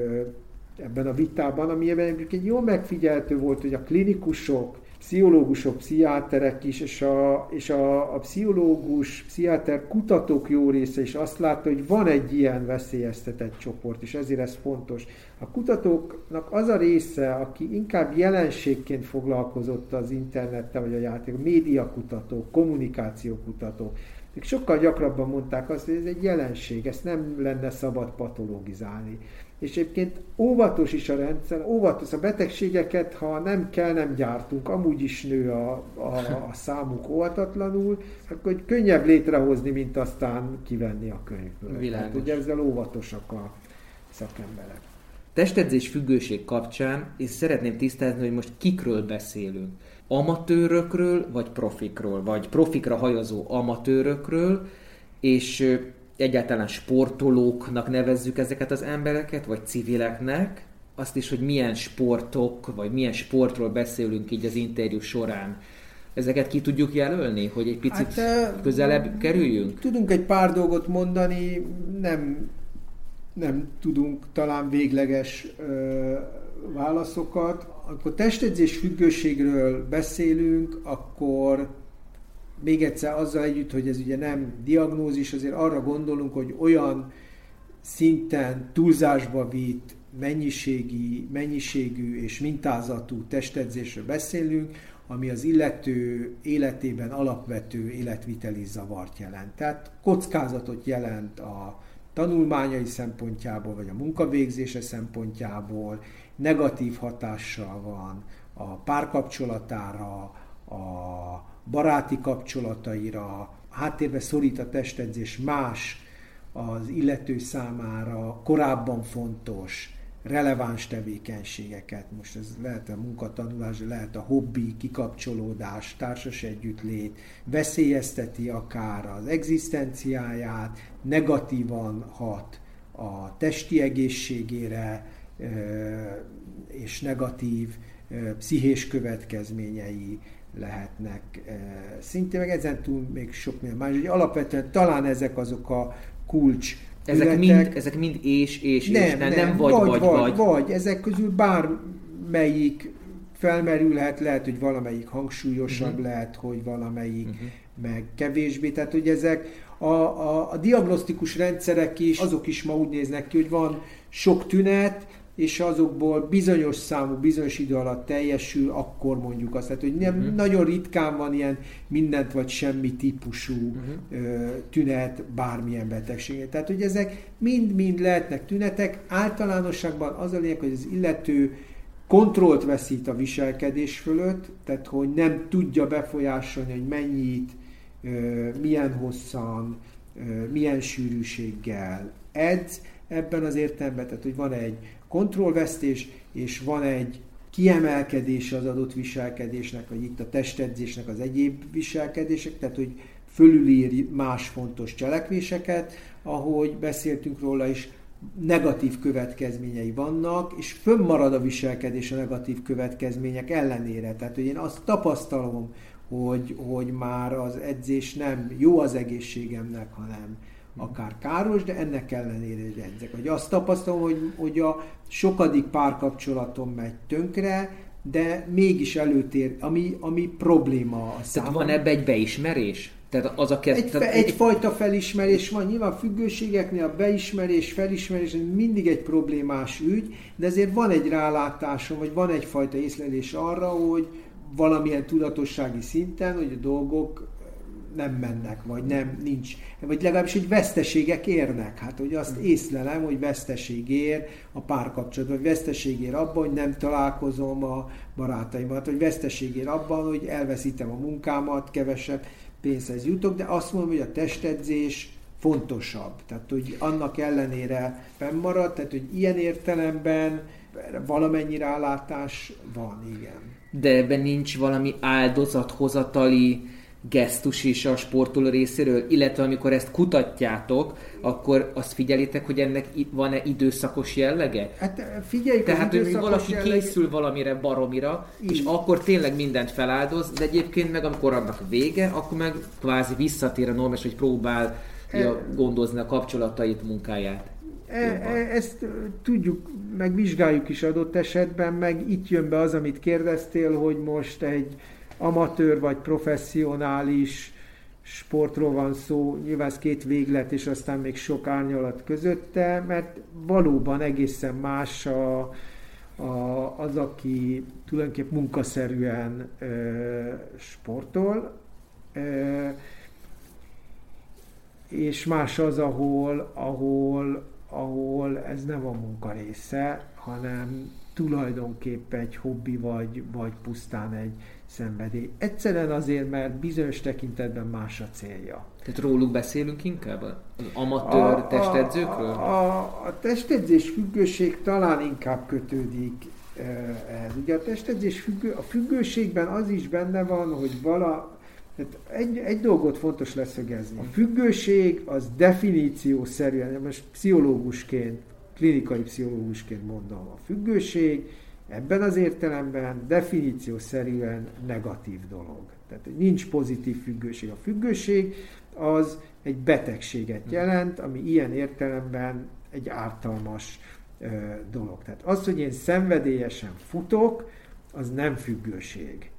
ebben a vitában, ami egy jól megfigyeltő volt, hogy a klinikusok, pszichológusok, pszichiáterek is, és a, és a, a pszichológus, pszichiáter kutatók jó része is azt látta, hogy van egy ilyen veszélyeztetett csoport, és ezért ez fontos. A kutatóknak az a része, aki inkább jelenségként foglalkozott az internettel, vagy a játék, médiakutatók, kommunikációkutatók, ők sokkal gyakrabban mondták azt, hogy ez egy jelenség, ezt nem lenne szabad patologizálni. És egyébként óvatos is a rendszer, óvatos a betegségeket, ha nem kell, nem gyártunk, amúgy is nő a, a, a számuk óvatatlanul, akkor könnyebb létrehozni, mint aztán kivenni a könyvből. Hát, ugye ezzel óvatosak a szakemberek. Testedzés függőség kapcsán, és szeretném tisztázni, hogy most kikről beszélünk. Amatőrökről, vagy profikról, vagy profikra hajazó amatőrökről, és egyáltalán sportolóknak nevezzük ezeket az embereket, vagy civileknek, azt is, hogy milyen sportok, vagy milyen sportról beszélünk így az interjú során. Ezeket ki tudjuk jelölni, hogy egy picit hát, közelebb kerüljünk? Tudunk egy pár dolgot mondani, nem, nem tudunk talán végleges ö, válaszokat. Amikor testedzés függőségről beszélünk, akkor még egyszer azzal együtt, hogy ez ugye nem diagnózis, azért arra gondolunk, hogy olyan szinten túlzásba vitt mennyiségi, mennyiségű és mintázatú testedzésről beszélünk, ami az illető életében alapvető életviteli zavart jelent. Tehát kockázatot jelent a tanulmányai szempontjából, vagy a munkavégzése szempontjából, negatív hatással van a párkapcsolatára, a baráti kapcsolataira, háttérbe szorít a testedzés más az illető számára korábban fontos, releváns tevékenységeket. Most ez lehet a munkatanulás, lehet a hobbi, kikapcsolódás, társas együttlét, veszélyezteti akár az egzisztenciáját, negatívan hat a testi egészségére, és negatív pszichés következményei lehetnek szintén, meg ezen túl még sok minden más. Ugye alapvetően talán ezek azok a kulcs ezek mind, ezek mind és, és, nem, és, nem, nem, nem vagy, vagy, vagy, vagy. Vagy, ezek közül bármelyik felmerülhet, lehet, hogy valamelyik hangsúlyosabb, uh-huh. lehet, hogy valamelyik uh-huh. meg kevésbé. Tehát, hogy ezek a, a, a diagnosztikus rendszerek is, azok is ma úgy néznek ki, hogy van sok tünet, és azokból bizonyos számú, bizonyos idő alatt teljesül, akkor mondjuk azt, tehát, hogy nem, uh-huh. nagyon ritkán van ilyen mindent vagy semmi típusú uh-huh. tünet bármilyen betegségén. Tehát, hogy ezek mind-mind lehetnek tünetek. Általánosságban az a lényeg, hogy az illető kontrollt veszít a viselkedés fölött, tehát, hogy nem tudja befolyásolni, hogy mennyit, milyen hosszan, milyen sűrűséggel edz ebben az értelemben, tehát, hogy van egy kontrollvesztés, és van egy kiemelkedése az adott viselkedésnek, vagy itt a testedzésnek az egyéb viselkedések, tehát hogy fölülír más fontos cselekvéseket, ahogy beszéltünk róla is, negatív következményei vannak, és fönnmarad a viselkedés a negatív következmények ellenére. Tehát, hogy én azt tapasztalom, hogy, hogy már az edzés nem jó az egészségemnek, hanem akár káros, de ennek ellenére hogy edzek. Hogy azt tapasztalom, hogy, hogy a sokadik párkapcsolatom megy tönkre, de mégis előtér, ami, ami probléma a számomra. Tehát van ebbe egy beismerés? Tehát az a kezd... egy, fe, egyfajta felismerés van. Nyilván függőségeknél a beismerés, felismerés mindig egy problémás ügy, de ezért van egy rálátásom, vagy van egyfajta észlelés arra, hogy valamilyen tudatossági szinten, hogy a dolgok nem mennek, vagy nem, nincs, vagy legalábbis egy veszteségek érnek. Hát, hogy azt észlelem, hogy veszteség ér a párkapcsolatban, vagy veszteség ér abban, hogy nem találkozom a barátaimat, vagy veszteség ér abban, hogy elveszítem a munkámat, kevesebb pénzhez jutok, de azt mondom, hogy a testedzés fontosabb. Tehát, hogy annak ellenére fennmarad, tehát, hogy ilyen értelemben valamennyi rálátás van, igen. De ebben nincs valami áldozathozatali gesztus is a sportoló részéről, illetve amikor ezt kutatjátok, akkor azt figyelitek, hogy ennek van-e időszakos jellege? Hát figyeljük, tehát, hogy valaki jellege... készül valamire baromira, így. És akkor tényleg mindent feláldoz, de egyébként meg amikor annak vége, akkor meg kvázi visszatér a normális, hogy próbál e... gondozni a kapcsolatait, munkáját. E, e, ezt tudjuk, meg vizsgáljuk is adott esetben, meg itt jön be az, amit kérdeztél, hogy most egy amatőr vagy professzionális sportról van szó, nyilván ez két véglet, és aztán még sok árnyalat közötte, mert valóban egészen más a, a, az, aki tulajdonképpen munkaszerűen ö, sportol, ö, és más az, ahol, ahol, ahol ez nem a munka része, hanem tulajdonképpen egy hobbi, vagy, vagy pusztán egy szenvedély. Egyszerűen azért, mert bizonyos tekintetben más a célja. Tehát róluk beszélünk inkább? Az amatőr a, testedzőkről? A, a, a testedzés függőség talán inkább kötődik ehhez. Ugye a testedzés függő, a függőségben az is benne van, hogy vala, tehát egy, egy dolgot fontos leszögezni. A függőség az definíciószerűen, most pszichológusként, klinikai pszichológusként mondom, a függőség ebben az értelemben definíciószerűen negatív dolog. Tehát nincs pozitív függőség. A függőség az egy betegséget jelent, ami ilyen értelemben egy ártalmas ö, dolog. Tehát az, hogy én szenvedélyesen futok, az nem függőség.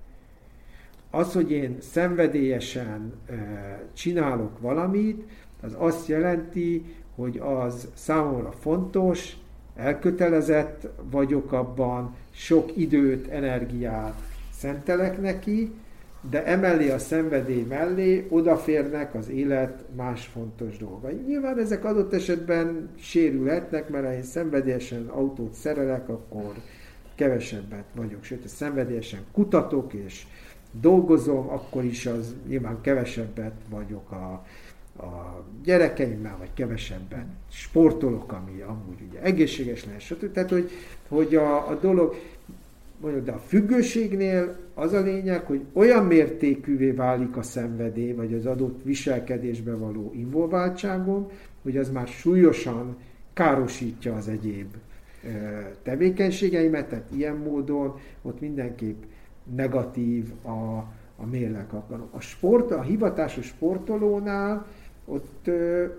Az, hogy én szenvedélyesen ö, csinálok valamit, az azt jelenti, hogy az számomra fontos, elkötelezett vagyok abban, sok időt, energiát szentelek neki, de emellé a szenvedély mellé odaférnek az élet más fontos dolgai. Nyilván ezek adott esetben sérülhetnek, mert ha én szenvedélyesen autót szerelek, akkor kevesebbet vagyok. Sőt, ha szenvedélyesen kutatok és dolgozom, akkor is az nyilván kevesebbet vagyok a a gyerekeimmel, vagy kevesebben sportolok, ami amúgy ugye egészséges lehet, stb. Tehát, hogy, hogy a, a dolog, mondjuk, de a függőségnél az a lényeg, hogy olyan mértékűvé válik a szenvedély, vagy az adott viselkedésbe való involváltságom, hogy az már súlyosan károsítja az egyéb tevékenységeimet, tehát ilyen módon ott mindenképp negatív a, a mérleg. A sport, a hivatásos sportolónál ott,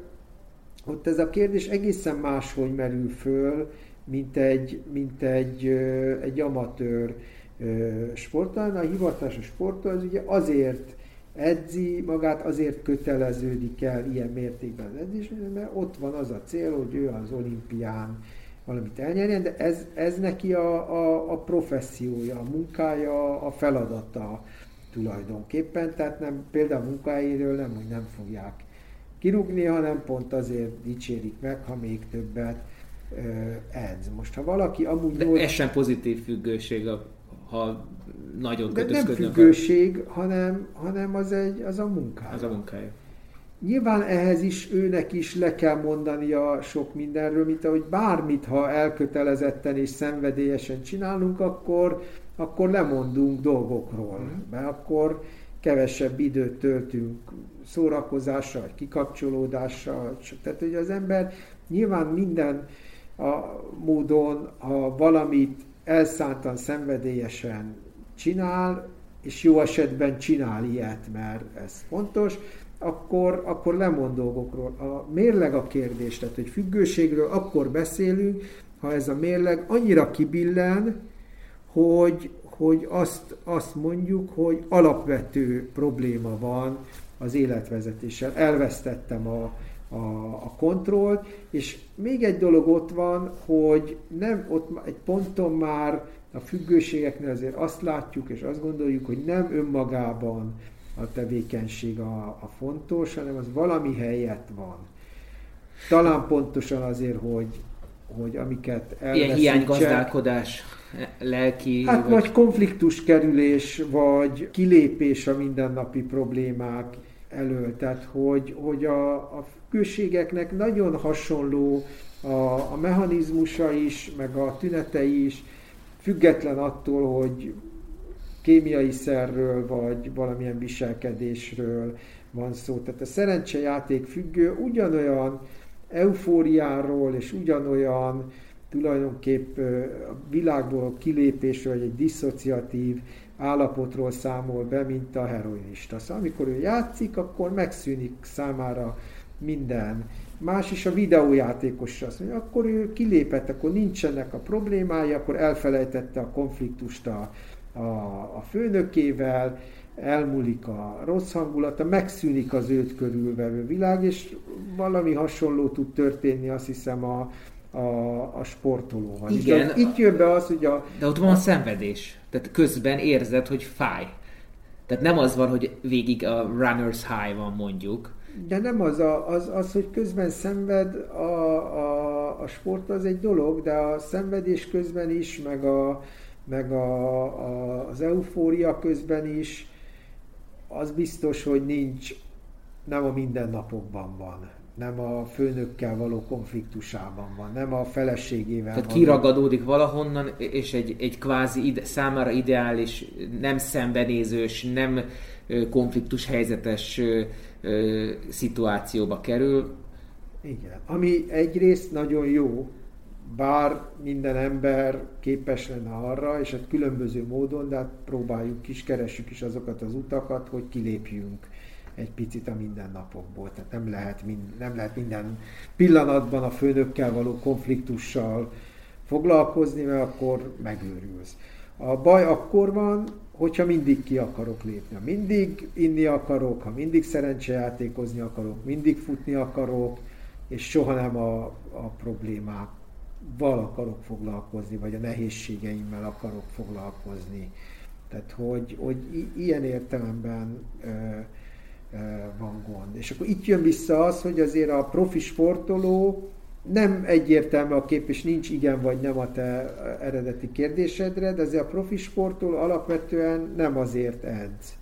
ott ez a kérdés egészen máshogy merül föl, mint egy, mint egy, egy amatőr sportoló. A hivatásos sportoló az ugye azért edzi magát, azért köteleződik el ilyen mértékben az edzés, mert ott van az a cél, hogy ő az olimpián valamit elnyerjen, de ez, ez neki a, a, a professziója, a munkája, a feladata tulajdonképpen, tehát nem, például a munkahelyéről nem, hogy nem fogják kirúgni, hanem pont azért dicsérik meg, ha még többet ö, edz. Most, ha valaki amúgy... De nyolc... ez sem pozitív függőség, ha nagyon kötözködnek. De nem függőség, a... hanem, hanem az, egy, az a munkája. Az a munkája. Nyilván ehhez is őnek is le kell mondania sok mindenről, mint ahogy bármit, ha elkötelezetten és szenvedélyesen csinálunk, akkor, akkor lemondunk dolgokról. Mert akkor kevesebb időt töltünk szórakozással, vagy kikapcsolódással. Tehát, hogy az ember nyilván minden a módon, ha valamit elszántan, szenvedélyesen csinál, és jó esetben csinál ilyet, mert ez fontos, akkor, akkor lemond dolgokról. A mérleg a kérdés, tehát hogy függőségről akkor beszélünk, ha ez a mérleg annyira kibillen, hogy, hogy azt, azt mondjuk, hogy alapvető probléma van az életvezetéssel. Elvesztettem a, a, a kontrollt, és még egy dolog ott van, hogy nem, ott egy ponton már a függőségeknél azért azt látjuk, és azt gondoljuk, hogy nem önmagában a tevékenység a, a fontos, hanem az valami helyett van. Talán pontosan azért, hogy, hogy amiket elveszítsek. Ilyen hiánygazdálkodás, lelki... Hát vagy, vagy konfliktuskerülés, vagy kilépés a mindennapi problémák elől. Tehát, hogy, hogy a, a függőségeknek nagyon hasonló a, a mechanizmusa is, meg a tünetei is, független attól, hogy kémiai szerről, vagy valamilyen viselkedésről van szó. Tehát a szerencsejáték függő ugyanolyan eufóriáról, és ugyanolyan tulajdonképp a világból kilépésről, vagy egy diszociatív állapotról számol be, mint a heroinista. Szóval amikor ő játszik, akkor megszűnik számára minden. Más is a videójátékos azt mondja, akkor ő kilépett, akkor nincsenek a problémái, akkor elfelejtette a konfliktust a, a, a főnökével, elmúlik a rossz hangulata, megszűnik az őt körülvevő világ, és valami hasonló tud történni, azt hiszem, a, a, a sportolóval. Igen. Itt jön be az, hogy a... De ott van a szenvedés. Tehát közben érzed, hogy fáj. Tehát nem az van, hogy végig a runner's high van, mondjuk. De nem az, a, az, az, hogy közben szenved a, a, a sport, az egy dolog, de a szenvedés közben is, meg, a, meg a, a, az eufória közben is, az biztos, hogy nincs, nem a mindennapokban van, nem a főnökkel való konfliktusában van, nem a feleségével. Tehát kiragadódik valahonnan, és egy, egy kvázi ide, számára ideális, nem szembenézős, nem konfliktus helyzetes ö, ö, szituációba kerül. Igen. Ami egyrészt nagyon jó, bár minden ember képes lenne arra, és hát különböző módon, de hát próbáljuk is, keressük is azokat az utakat, hogy kilépjünk egy picit a mindennapokból. Tehát nem lehet, mind, nem lehet minden pillanatban a főnökkel való konfliktussal foglalkozni, mert akkor megőrülsz. A baj akkor van, hogyha mindig ki akarok lépni. Ha mindig inni akarok, ha mindig szerencsejátékozni akarok, mindig futni akarok, és soha nem a, a problémákkal akarok foglalkozni, vagy a nehézségeimmel akarok foglalkozni. Tehát, hogy, hogy i- ilyen értelemben ö, ö, van gond. És akkor itt jön vissza az, hogy azért a profi sportoló nem egyértelmű a kép, és nincs igen vagy nem a te eredeti kérdésedre, de azért a profi sportoló alapvetően nem azért edz,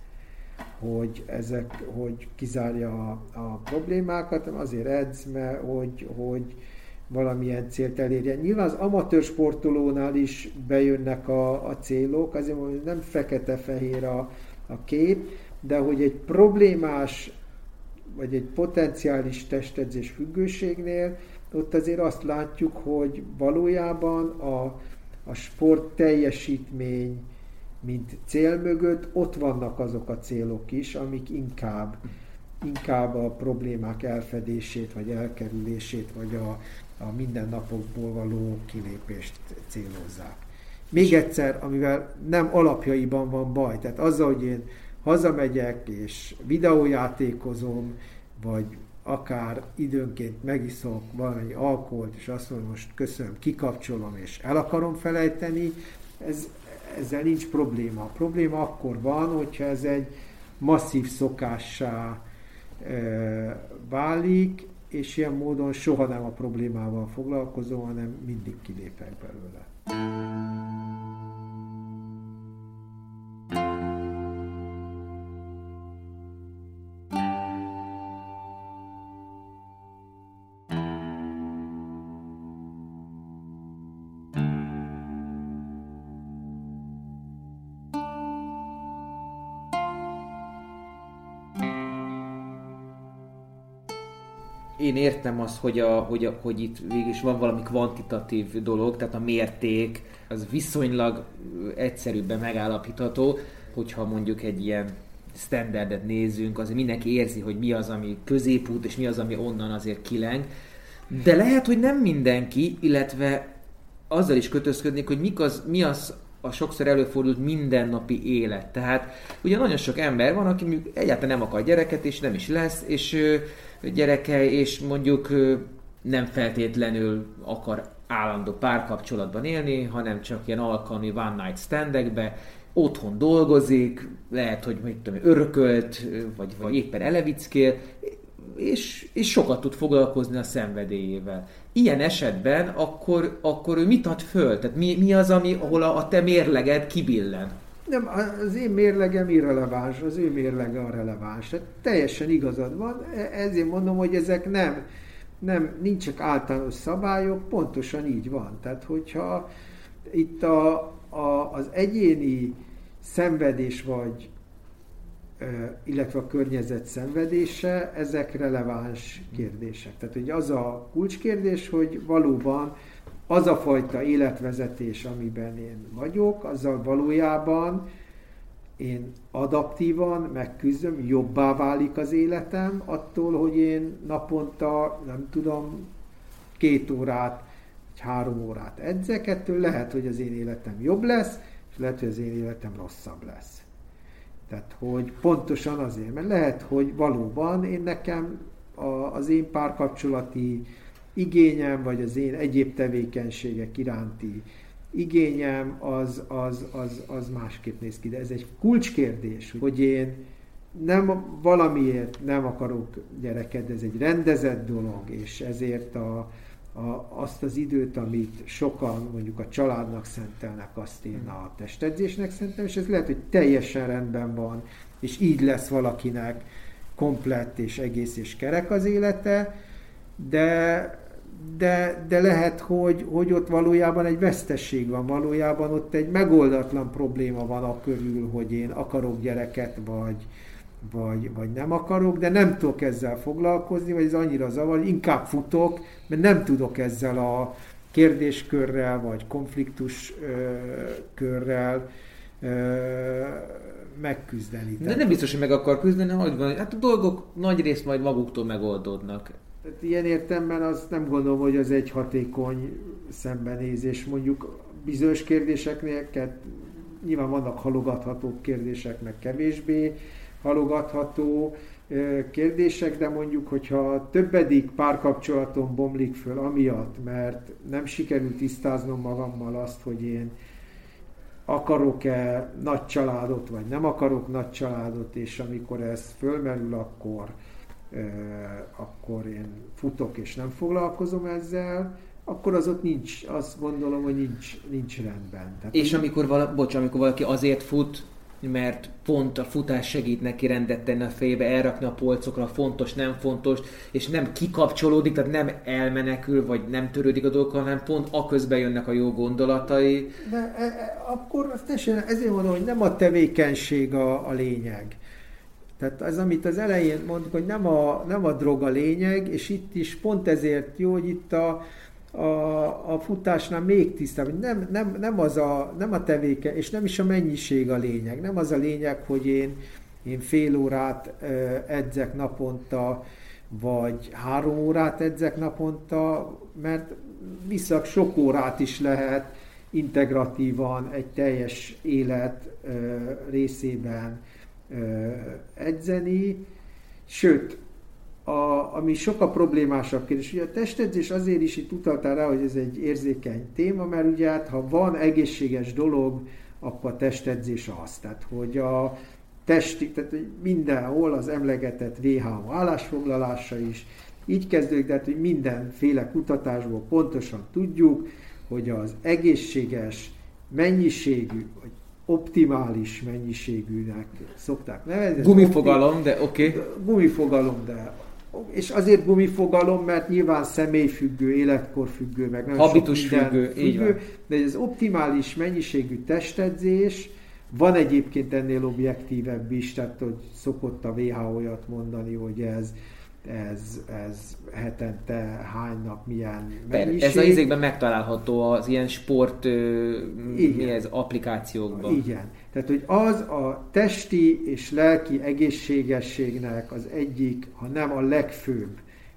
hogy, ezek, hogy kizárja a, a problémákat, hanem azért edz, mert hogy, hogy valamilyen célt elérjen. Nyilván az amatőr sportolónál is bejönnek a, a célok, azért mondom, hogy nem fekete-fehér a, a kép, de hogy egy problémás, vagy egy potenciális testedzés függőségnél, ott azért azt látjuk, hogy valójában a, a sport teljesítmény, mint cél mögött, ott vannak azok a célok is, amik inkább, inkább a problémák elfedését, vagy elkerülését, vagy a, a mindennapokból való kilépést célozzák. Még egyszer, amivel nem alapjaiban van baj, tehát azzal, hogy én hazamegyek és videójátékozom, vagy akár időnként megiszok valami alkoholt, és azt mondom, most köszönöm, kikapcsolom, és el akarom felejteni, ez, ezzel nincs probléma. A probléma akkor van, hogyha ez egy masszív szokássá e, válik, és ilyen módon soha nem a problémával foglalkozom, hanem mindig kilépek belőle. én értem azt, hogy, a, hogy, a, hogy itt végül is van valami kvantitatív dolog, tehát a mérték az viszonylag egyszerűbben megállapítható, hogyha mondjuk egy ilyen standardet nézzünk, azért mindenki érzi, hogy mi az, ami középút, és mi az, ami onnan azért kileng. De lehet, hogy nem mindenki, illetve azzal is kötözködnék, hogy mik az, mi az a sokszor előfordult mindennapi élet. Tehát ugye nagyon sok ember van, aki egyáltalán nem akar gyereket, és nem is lesz, és gyereke, és mondjuk nem feltétlenül akar állandó párkapcsolatban élni, hanem csak ilyen alkalmi one night standekbe, otthon dolgozik, lehet, hogy mit tudom, örökölt, vagy, vagy éppen elevickél, és, és sokat tud foglalkozni a szenvedélyével. Ilyen esetben akkor, akkor ő mit ad föl? Tehát mi, mi az, ami, ahol a, a te mérleged kibillen? Nem, az én mérlegem irreleváns, az ő mérlege a releváns. Tehát teljesen igazad van, ezért mondom, hogy ezek nem, nem nincsek általános szabályok, pontosan így van. Tehát, hogyha itt a, a, az egyéni szenvedés vagy, illetve a környezet szenvedése, ezek releváns kérdések. Tehát, hogy az a kulcskérdés, hogy valóban az a fajta életvezetés, amiben én vagyok, azzal valójában én adaptívan megküzdöm, jobbá válik az életem attól, hogy én naponta, nem tudom, két órát, vagy három órát edzek, ettől lehet, hogy az én életem jobb lesz, és lehet, hogy az én életem rosszabb lesz. Tehát, hogy pontosan azért, mert lehet, hogy valóban én nekem a, az én párkapcsolati igényem, vagy az én egyéb tevékenységek iránti igényem, az, az, az, az másképp néz ki. De ez egy kulcskérdés, hogy én nem valamiért nem akarok gyereket, ez egy rendezett dolog, és ezért a, a, azt az időt, amit sokan mondjuk a családnak szentelnek, azt én a testedzésnek szentelem, és ez lehet, hogy teljesen rendben van, és így lesz valakinek komplett és egész és kerek az élete, de De, de lehet, hogy, hogy ott valójában egy vesztesség van, valójában ott egy megoldatlan probléma van a körül, hogy én akarok gyereket, vagy, vagy, vagy nem akarok, de nem tudok ezzel foglalkozni, vagy ez annyira zavar, hogy inkább futok, mert nem tudok ezzel a kérdéskörrel, vagy konfliktuskörrel megküzdeni. De nem biztos, hogy meg akar küzdeni, hogy van, hát a dolgok nagy részt majd maguktól megoldódnak. Ilyen értelemben azt nem gondolom, hogy az egy hatékony szembenézés. Mondjuk bizonyos kérdéseknél nyilván vannak halogatható kérdések, meg kevésbé halogatható kérdések, de mondjuk, hogyha többedik párkapcsolatom bomlik föl amiatt, mert nem sikerült tisztáznom magammal azt, hogy én akarok-e nagy családot, vagy nem akarok nagy családot, és amikor ez fölmerül, akkor akkor én futok és nem foglalkozom ezzel, akkor az ott nincs, azt gondolom, hogy nincs, nincs rendben. Tehát és amikor, vala, bocs, amikor valaki azért fut, mert pont a futás segít neki rendet tenni a fejébe, elrakni a polcokra, fontos, nem fontos, és nem kikapcsolódik, tehát nem elmenekül, vagy nem törődik a dolgokkal, hanem pont aközben jönnek a jó gondolatai. De e, e, akkor teljesen, ezért mondom, hogy nem a tevékenység a, a lényeg. Tehát az, amit az elején mondtuk, hogy nem a, nem a drog a lényeg, és itt is pont ezért jó, hogy itt a, a, a futásnál még tisztább, hogy nem, nem, nem, az a, nem a tevéke, és nem is a mennyiség a lényeg. Nem az a lényeg, hogy én, én fél órát edzek naponta, vagy három órát edzek naponta, mert viszont sok órát is lehet integratívan egy teljes élet részében edzeni, sőt, a, ami sokkal problémásabb kérdés. Ugye a testedzés azért is itt utaltál rá, hogy ez egy érzékeny téma, mert ugye hát, ha van egészséges dolog, akkor a testedzés az. Tehát, hogy a testi, tehát hogy mindenhol az emlegetett vé há o állásfoglalása is így kezdődik, tehát hogy mindenféle kutatásból pontosan tudjuk, hogy az egészséges mennyiségű, vagy optimális mennyiségűnek szokták nevezni. Gumifogalom, de oké. Okay. Gumifogalom, de és azért gumifogalom, mert nyilván személyfüggő, életkorfüggő, meg nagyon habitus sok minden függő, így van. De az optimális mennyiségű testedzés, van egyébként ennél objektívebb is, tehát hogy szokott a vé há o-jat mondani, hogy ez ez, ez hetente hány nap milyen mennyiség. Ez az izékben megtalálható az ilyen sport mi ez, applikációkban. Igen. Tehát, hogy az a testi és lelki egészségességnek az egyik, ha nem a legfőbb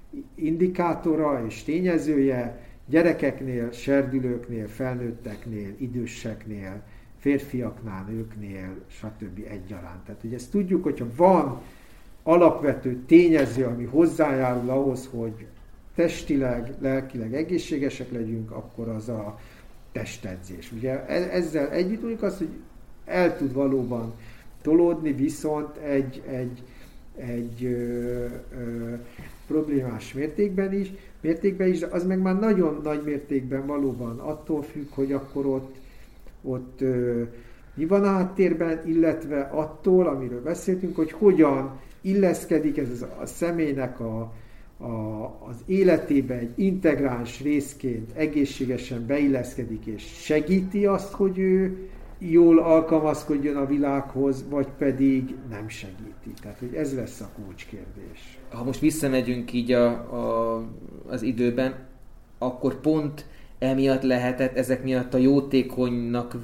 indikátora és tényezője gyerekeknél, serdülőknél, felnőtteknél, időseknél, férfiaknál, nőknél, stb. Egyaránt. Tehát, hogy ezt tudjuk, hogyha van alapvető tényező, ami hozzájárul ahhoz, hogy testileg, lelkileg egészségesek legyünk, akkor az a testedzés. Ugye ezzel együtt mondjuk azt, hogy el tud valóban tolódni, viszont egy, egy, egy ö, ö, problémás mértékben is, mértékben is, az meg már nagyon nagy mértékben valóban attól függ, hogy akkor ott, ott ö, mi van a háttérben, illetve attól, amiről beszéltünk, hogy hogyan illeszkedik ez a személynek a, a, az életébe egy integráns részként egészségesen beilleszkedik és segíti azt, hogy ő jól alkalmazkodjon a világhoz, vagy pedig nem segíti. Tehát, hogy ez lesz a kulcskérdés. Ha most visszamegyünk így a, a, az időben, akkor pont emiatt lehetett, ezek miatt a jótékonynak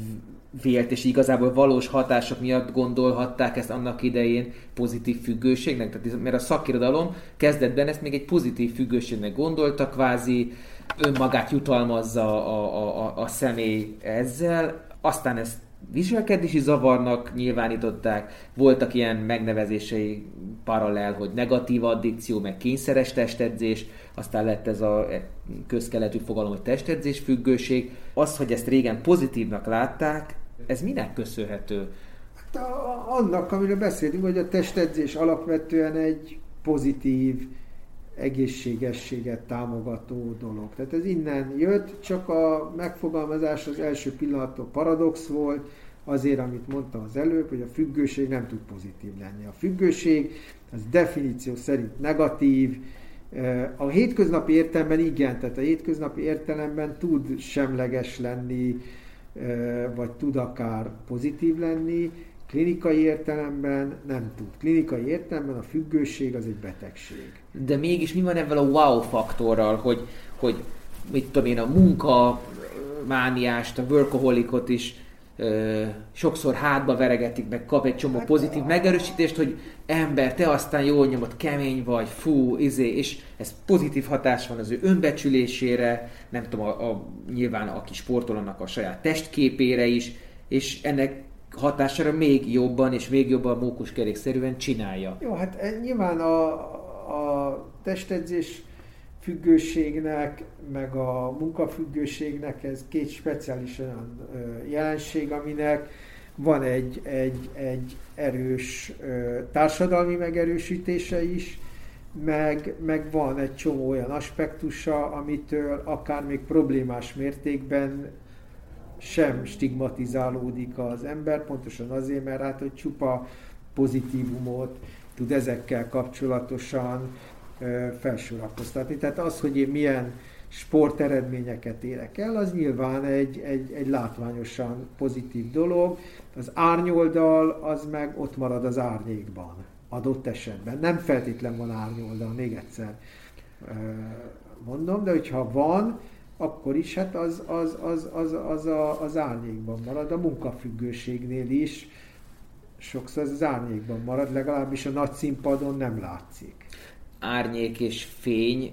vélt, és igazából valós hatások miatt gondolhatták ezt annak idején pozitív függőségnek. Tehát, mert a szakirodalom kezdetben ezt még egy pozitív függőségnek gondolta, kvázi önmagát jutalmazza a, a, a, a személy ezzel, aztán ezt viselkedési zavarnak nyilvánították, voltak ilyen megnevezései paralel, hogy negatív addikció, meg kényszeres testedzés, aztán lett ez a közkeletű fogalom, hogy testedzés függőség. Az, hogy ezt régen pozitívnak látták, ez minek köszönhető? Hát a, annak, amiről beszélünk, hogy a testedzés alapvetően egy pozitív egészségességet támogató dolog. Tehát ez innen jött, csak a megfogalmazás az első pillanattól paradox volt, azért, amit mondtam az előbb, hogy a függőség nem tud pozitív lenni. A függőség az definíció szerint negatív, a hétköznapi értelemben igen, tehát a hétköznapi értelemben tud semleges lenni, vagy tud akár pozitív lenni, klinikai értelemben nem tud. Klinikai értelemben a függőség az egy betegség. De mégis mi van ebben a wow faktorral, hogy, hogy mit tudom én, a munka mániást, a workaholicot is ö, sokszor hátba veregetik, meg kap egy csomó pozitív megerősítést, hogy ember, te aztán jól nyomod, kemény vagy, fú, izé, és ez pozitív hatás van az ő önbecsülésére, nem tudom, a, a, nyilván aki sportol, annak a saját testképére is, és ennek hatására még jobban és még jobban mókuskerékszerűen csinálja. Jó, hát nyilván a, a testedzés függőségnek, meg a munkafüggőségnek ez két speciális olyan jelenség, aminek van egy, egy, egy erős társadalmi megerősítése is, meg, meg van egy csomó olyan aspektusa, amitől akár még problémás mértékben sem stigmatizálódik az ember, pontosan azért, mert hát, hogy csupa pozitívumot tud ezekkel kapcsolatosan ö, felsorakoztatni. Tehát az, hogy én milyen sporteredményeket érek el, az nyilván egy, egy, egy látványosan pozitív dolog. Az árnyoldal az meg ott marad az árnyékban, adott esetben. Nem feltétlen van árnyoldal, még egyszer ö, mondom, de hogyha van, akkor is hát az, az, az, az, az, a, az árnyékban marad, a munkafüggőségnél is sokszor az árnyékban marad, legalábbis a nagy színpadon nem látszik. Árnyék és fény,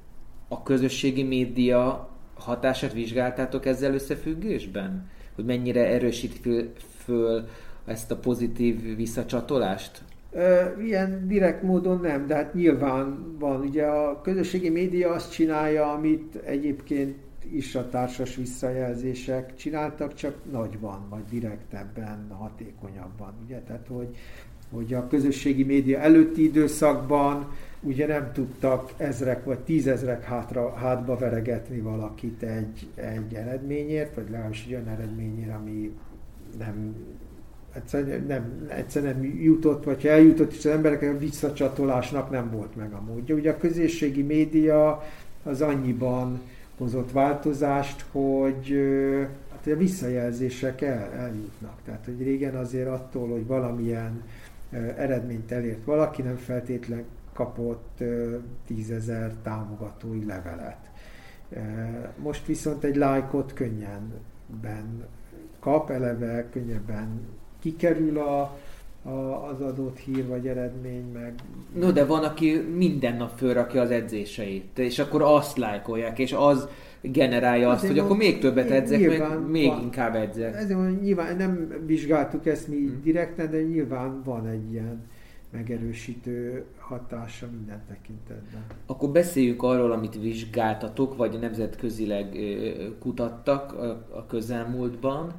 a közösségi média hatását vizsgáltátok ezzel összefüggésben? Hogy mennyire erősíti föl, föl ezt a pozitív visszacsatolást? Ilyen direkt módon nem, de hát nyilván van. Ugye a közösségi média azt csinálja, amit egyébként is a társas visszajelzések csináltak, csak nagyban, vagy direktebben, hatékonyabban. Ugye? Tehát, hogy, hogy a közösségi média előtti időszakban ugye nem tudtak ezrek vagy tízezrek hátra, hátba veregetni valakit egy, egy eredményért, vagy legalábbis egy olyan eredményért, ami nem Egyszerűen nem, egyszerűen nem jutott, vagy ha eljutott, és az emberek a visszacsatolásnak nem volt meg a módja. Ugye a közösségi média az annyiban hozott változást, hogy hát a visszajelzések el, eljutnak. Tehát, hogy régen azért attól, hogy valamilyen eredményt elért valaki, nem feltétlen kapott tízezer támogatói levelet. Most viszont egy lájkot könnyebben kap, eleve könnyebben kikerül a, a, az adott hír vagy eredmény, meg... No, de van, aki minden nap fölrakja az edzéseit, és akkor azt lájkolják, és az generálja azt, hogy akkor még többet edzek, meg még van, inkább edzek. Ezért nyilván nem vizsgáltuk ezt mi hmm. direkten, de nyilván van egy ilyen megerősítő hatása minden tekintetben. Akkor beszéljünk arról, amit vizsgáltatok, vagy nemzetközileg kutattak a közelmúltban.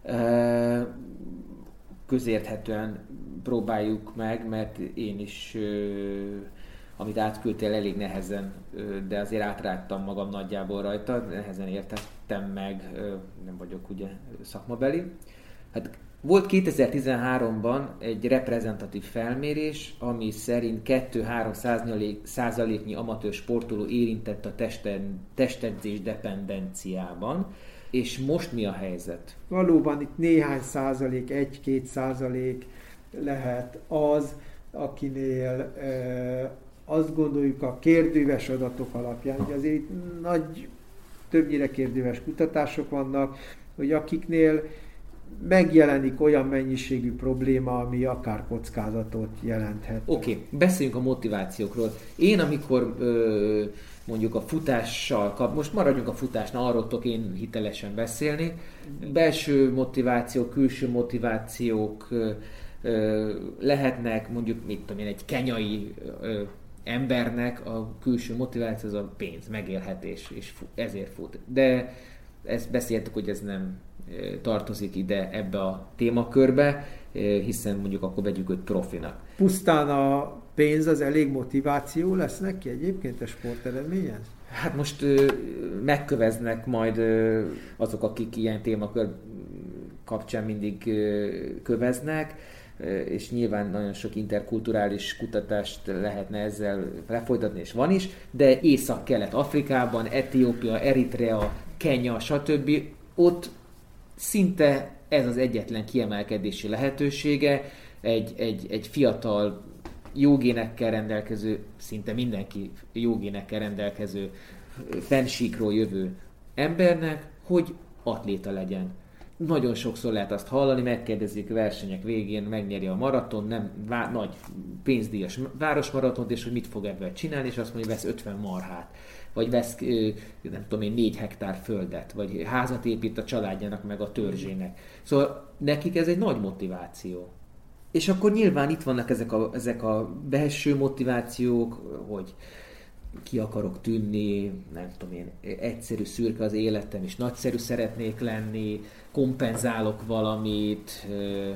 Közérthetően próbáljuk meg, mert én is, amit átküldtél, elég nehezen, de azért átrágtam magam nagyjából rajta, nehezen értettem meg, nem vagyok ugye szakmabeli. Hát volt kétezer-tizenháromban egy reprezentatív felmérés, ami szerint kettő-három százaléknyi amatőr sportoló érintett a testen, testedzés dependenciában. És most mi a helyzet? Valóban itt néhány százalék, egy-két százalék lehet az, akinél e, azt gondoljuk a kérdőves adatok alapján, hogy azért itt nagy, többnyire kérdőves kutatások vannak, hogy akiknél megjelenik olyan mennyiségű probléma, ami akár kockázatot jelenthet. Oké, okay, beszéljünk a motivációkról. Én amikor ö, mondjuk a futással kap, most maradjunk a futásnál, arról tudok én hitelesen beszélni. Belső motivációk, külső motivációk ö, ö, lehetnek, mondjuk mit tudom én, egy kenyai ö, embernek a külső motiváció az a pénz, megélhetés, és fu- ezért fut. De ezt beszéltük, hogy ez nem tartozik ide ebbe a témakörbe, hiszen mondjuk akkor vegyük őt profinak. Pusztán a pénz az elég motiváció lesz neki egyébként a sporteredményhez? Hát most ö, megköveznek majd ö, azok, akik ilyen témakör kapcsán mindig ö, köveznek, ö, és nyilván nagyon sok interkulturális kutatást lehetne ezzel lefolytatni, és van is, de Észak-Kelet-Afrikában, Etiópia, Eritrea, Kenya, stb. Ott szinte ez az egyetlen kiemelkedési lehetősége, egy, egy, egy fiatal jó génekkel rendelkező, szinte mindenki jó génekkel rendelkező, fennsíkról jövő embernek, hogy atléta legyen. Nagyon sokszor lehet azt hallani, megkérdezik versenyek végén, megnyeri a maraton, nem vá- nagy pénzdíjas városmaratont, és hogy mit fog ebben csinálni, és azt mondja, hogy vesz ötven marhát, vagy vesz, nem tudom én, négy hektár földet, vagy házat épít a családjának, meg a törzsének. Szóval nekik ez egy nagy motiváció. És akkor nyilván itt vannak ezek a, ezek a belső motivációk, hogy ki akarok tűnni, nem tudom én, egyszerű szürke az életem, és nagyszerű szeretnék lenni, kompenzálok valamit, ö, ö,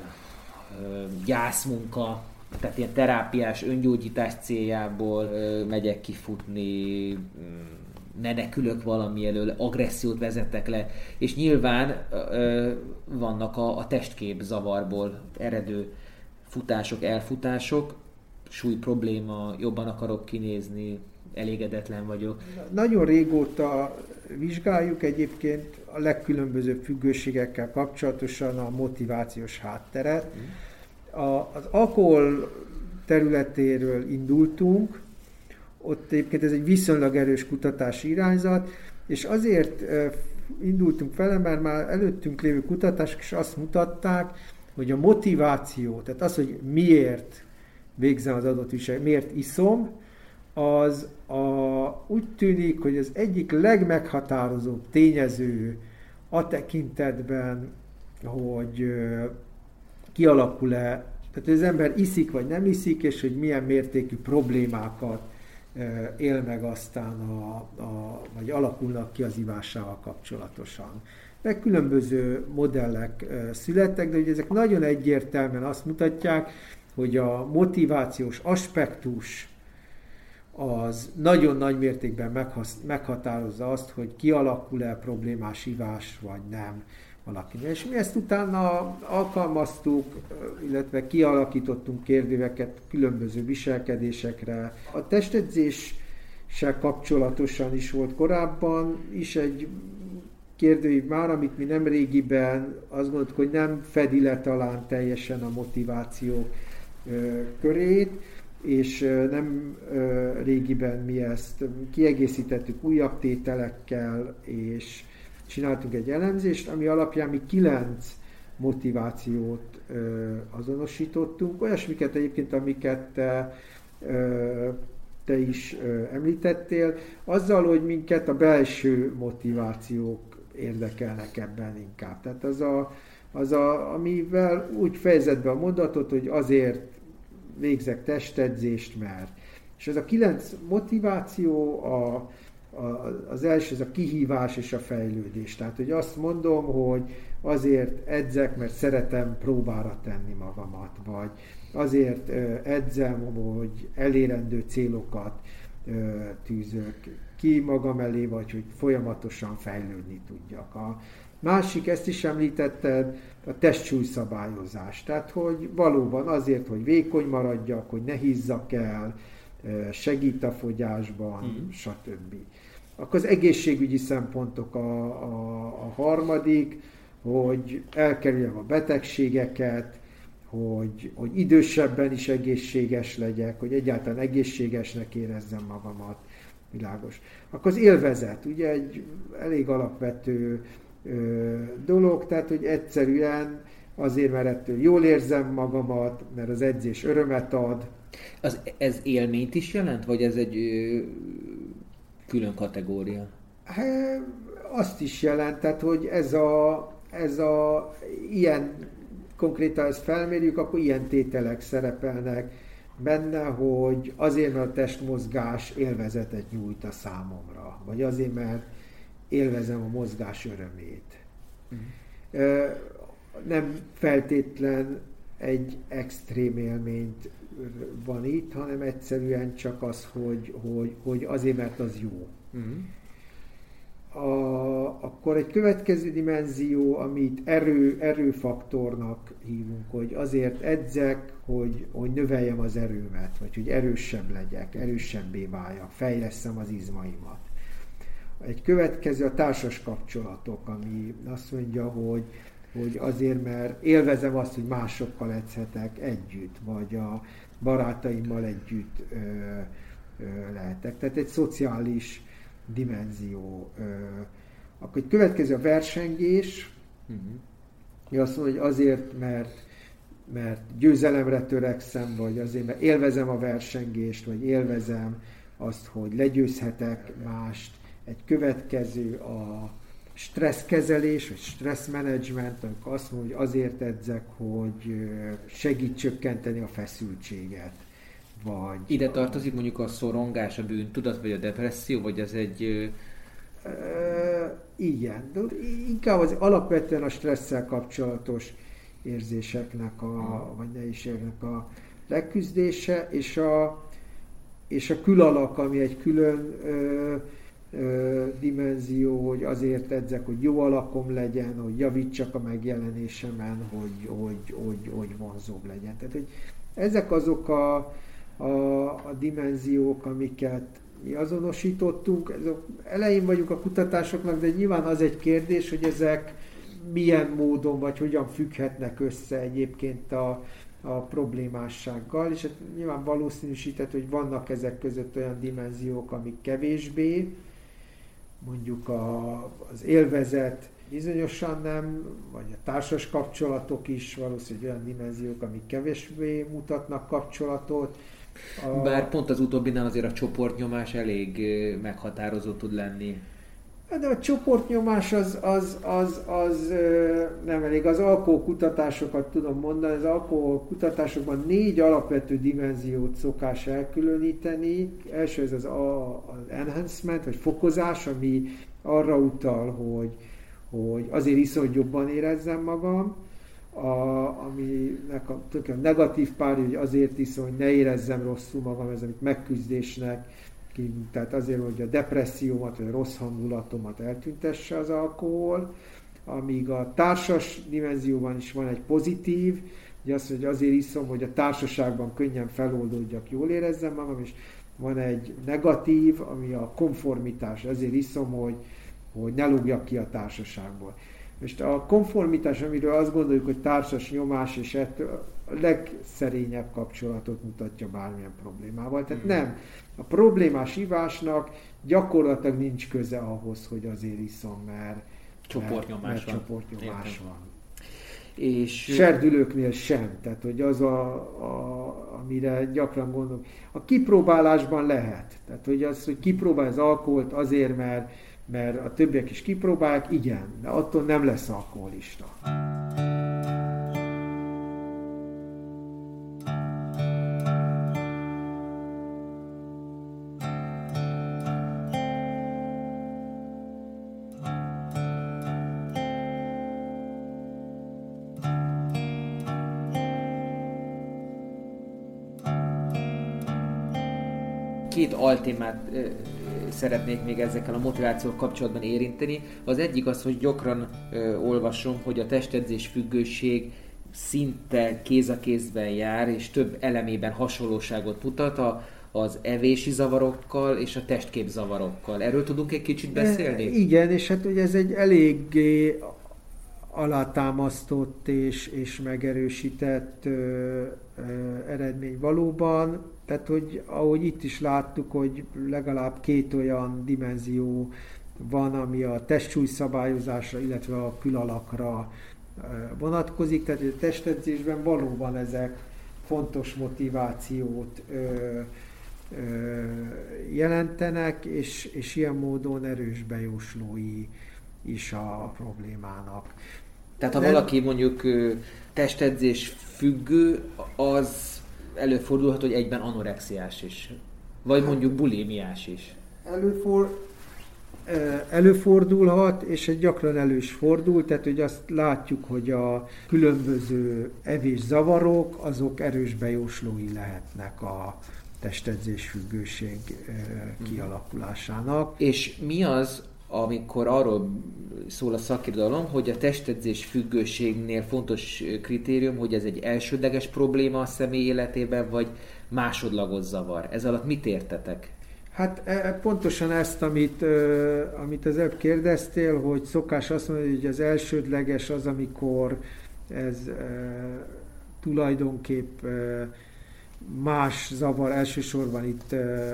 gyászmunka, tehát ilyen terápiás, öngyógyítás céljából ö, megyek kifutni, menekülök valami elől, agressziót vezetek le, és nyilván ö, vannak a, a testkép zavarból eredő futások, elfutások, súly probléma, jobban akarok kinézni, elégedetlen vagyok. Nagyon régóta vizsgáljuk egyébként a legkülönbözőbb függőségekkel kapcsolatosan a motivációs hátteret. A, az alkohol területéről indultunk, ott egyébként ez egy viszonylag erős kutatási irányzat, és azért indultunk vele, mert már előttünk lévő kutatások is azt mutatták, hogy a motiváció, tehát az, hogy miért végzem az adott viselkedést, miért iszom, az a, úgy tűnik, hogy az egyik legmeghatározóbb tényező a tekintetben, hogy kialakul-e, tehát az ember iszik vagy nem iszik, és hogy milyen mértékű problémákat él meg aztán, a, a, vagy alakulnak ki az ivásával kapcsolatosan. Meg különböző modellek születtek, de ugye ezek nagyon egyértelműen azt mutatják, hogy a motivációs aspektus az nagyon nagy mértékben meghatározza azt, hogy kialakul-e problémás ivás, vagy nem valakinél. És mi ezt utána alkalmaztuk, illetve kialakítottunk kérdőveket különböző viselkedésekre. A testedzéssel kapcsolatosan is volt korábban is egy kérdőív már, amit mi nem régiben azt gondoltuk, hogy nem fedi le talán teljesen a motiváció körét, és nem régiben mi ezt kiegészítettük újabb tételekkel, és csináltunk egy elemzést, ami alapján mi kilenc motivációt azonosítottunk, olyasmiket egyébként, amiket te, te is említettél, azzal, hogy minket a belső motivációk érdekelnek ebben inkább. Tehát az, a, az a, amivel úgy fejezed be a mondatot, hogy azért végzek testedzést, mert. És ez a kilenc motiváció, a, a, az első, ez a kihívás és a fejlődés. Tehát, hogy azt mondom, hogy azért edzek, mert szeretem próbára tenni magamat, vagy azért edzem, hogy elérendő célokat tűzök ki magam elé, vagy hogy folyamatosan fejlődni tudjak. A másik, ezt is említetted, a testsúlyszabályozás. Tehát, hogy valóban azért, hogy vékony maradjak, hogy ne hízzak el, segít a fogyásban, mm. stb. Akkor az egészségügyi szempontok a, a, a harmadik, hogy elkerüljem a betegségeket, hogy, hogy idősebben is egészséges legyek, hogy egyáltalán egészségesnek érezzem magamat. Világos. Akkor az élvezet, ugye egy elég alapvető ö, dolog, tehát hogy egyszerűen azért, mert ettől jól érzem magamat, mert az edzés örömet ad. Az, ez élményt is jelent, vagy ez egy ö, külön kategória? Hát, azt is jelent, tehát hogy ez a, ez a ilyen, konkrétan ezt felmérjük, akkor ilyen tételek szerepelnek benne, hogy azért, mert a testmozgás élvezetet nyújt a számomra, vagy azért, mert élvezem a mozgás örömét. Mm. Nem feltétlen egy extrém élményt van itt, hanem egyszerűen csak az, hogy, hogy, hogy azért, mert az jó. Mm. A, akkor egy következő dimenzió, amit erő, erőfaktornak hívunk, hogy azért edzek, hogy, hogy növeljem az erőmet, vagy hogy erősebb legyek, erősebbé váljak, fejlesszem az izmaimat. Egy következő a társas kapcsolatok, ami azt mondja, hogy, hogy azért, mert élvezem azt, hogy másokkal edzhetek együtt, vagy a barátaimmal együtt ö, ö, lehetek. Tehát egy szociális dimenzió. Akkor egy következő a versengés. Uh-huh. Azt mondja, hogy azért, mert, mert győzelemre törekszem, vagy azért, mert élvezem a versengést, vagy élvezem azt, hogy legyőzhetek mást. Egy következő a stresszkezelés, vagy stresszmenedzsment, amikor azt mondja, hogy azért edzek, hogy segít csökkenteni a feszültséget. Vagy ide tartozik mondjuk a szorongás, a bűntudat, vagy a depresszió, vagy ez egy... E, igen, de inkább az alapvetően a stresszel kapcsolatos érzéseknek, a, vagy nehézségeknek a leküzdése, és a, és a külalak, ami egy külön ö, ö, dimenzió, hogy azért edzek, hogy jó alakom legyen, hogy javítsak a megjelenésemen, hogy, hogy, hogy, hogy vonzóbb legyen. Tehát, hogy ezek azok a A, a dimenziók, amiket mi azonosítottunk. Ezek elején vagyunk a kutatásoknak, de nyilván az egy kérdés, hogy ezek milyen módon, vagy hogyan függhetnek össze egyébként a, a problémássággal, és hát nyilván valószínűsített, hogy vannak ezek között olyan dimenziók, amik kevésbé, mondjuk a, az élvezet bizonyosan nem, vagy a társas kapcsolatok is valószínűleg olyan dimenziók, amik kevésbé mutatnak kapcsolatot. A... Bár pont az utóbbinál azért a csoportnyomás elég meghatározó tud lenni. De a csoportnyomás az, az, az, az nem elég. Az alkoholkutatásokat tudom mondani, az alkoholkutatásokban négy alapvető dimenziót szokás elkülöníteni. Első ez az, a, az enhancement, vagy fokozás, ami arra utal, hogy, hogy azért iszom, hogy jobban érezzem magam. A, aminek a, a negatív párja, hogy azért iszom, hogy ne érezzem rosszul magam, ez amit megküzdésnek, tehát azért, hogy a depressziómat, vagy a rossz hangulatomat eltüntesse az alkohol, amíg a társas dimenzióban is van egy pozitív, hogy azt mondja, hogy azért iszom, hogy a társaságban könnyen feloldódjak, jól érezzem magam, és van egy negatív, ami a konformitás, azért iszom, hogy, hogy ne lógjak ki a társaságból. Most a konformitás, amiről azt gondoljuk, hogy társas nyomás, és ettől a legszerényebb kapcsolatot mutatja bármilyen problémával. Tehát nem. A problémás ivásnak gyakorlatilag nincs köze ahhoz, hogy azért iszom, mert csoportnyomás mert, mert van. Csoportnyomás van. És serdülőknél sem, tehát hogy az, a, a, amire gyakran gondolok. A kipróbálásban lehet. Tehát hogy az, hogy kipróbálj az alkoholt azért, mert, mert a többiek is kipróbálják, igen, de attól nem lesz alkoholista. Két altémát ö, szeretnék még ezekkel a motivációkkal kapcsolatban érinteni. Az egyik az, hogy gyakran ö, olvasom, hogy a testedzés függőség szinte kéz a kézben jár, és több elemében hasonlóságot mutat a, az evési zavarokkal és a testkép zavarokkal. Erről tudunk egy kicsit beszélni? E, igen, és hát ugye ez egy eléggé alátámasztott és, és megerősített ö, ö, eredmény valóban. Tehát, hogy ahogy itt is láttuk, hogy legalább két olyan dimenzió van, ami a testsúly szabályozásra, illetve a külalakra vonatkozik. Tehát a testedzésben valóban ezek fontos motivációt ö, ö, jelentenek, és, és ilyen módon erős bejóslói is a problémának. Tehát ha Nem... valaki mondjuk testedzés függő, az előfordulhat, hogy egyben anorexiás is. Vagy mondjuk bulimiás is. Előfor, előfordulhat, és egy gyakran elő is fordul, tehát hogy azt látjuk, hogy a különböző evészavarok, azok erős bejóslói lehetnek a testedzés függőség kialakulásának. És mi az, amikor arról szól a szakirodalom, hogy a testedzés függőségnél fontos kritérium, hogy ez egy elsődleges probléma a személy életében, vagy másodlagos zavar. Ez alatt mit értetek? Hát pontosan ezt, amit, amit az előbb kérdeztél, hogy szokás azt mondani, hogy az elsődleges az, amikor ez tulajdonképp más zavar, elsősorban itt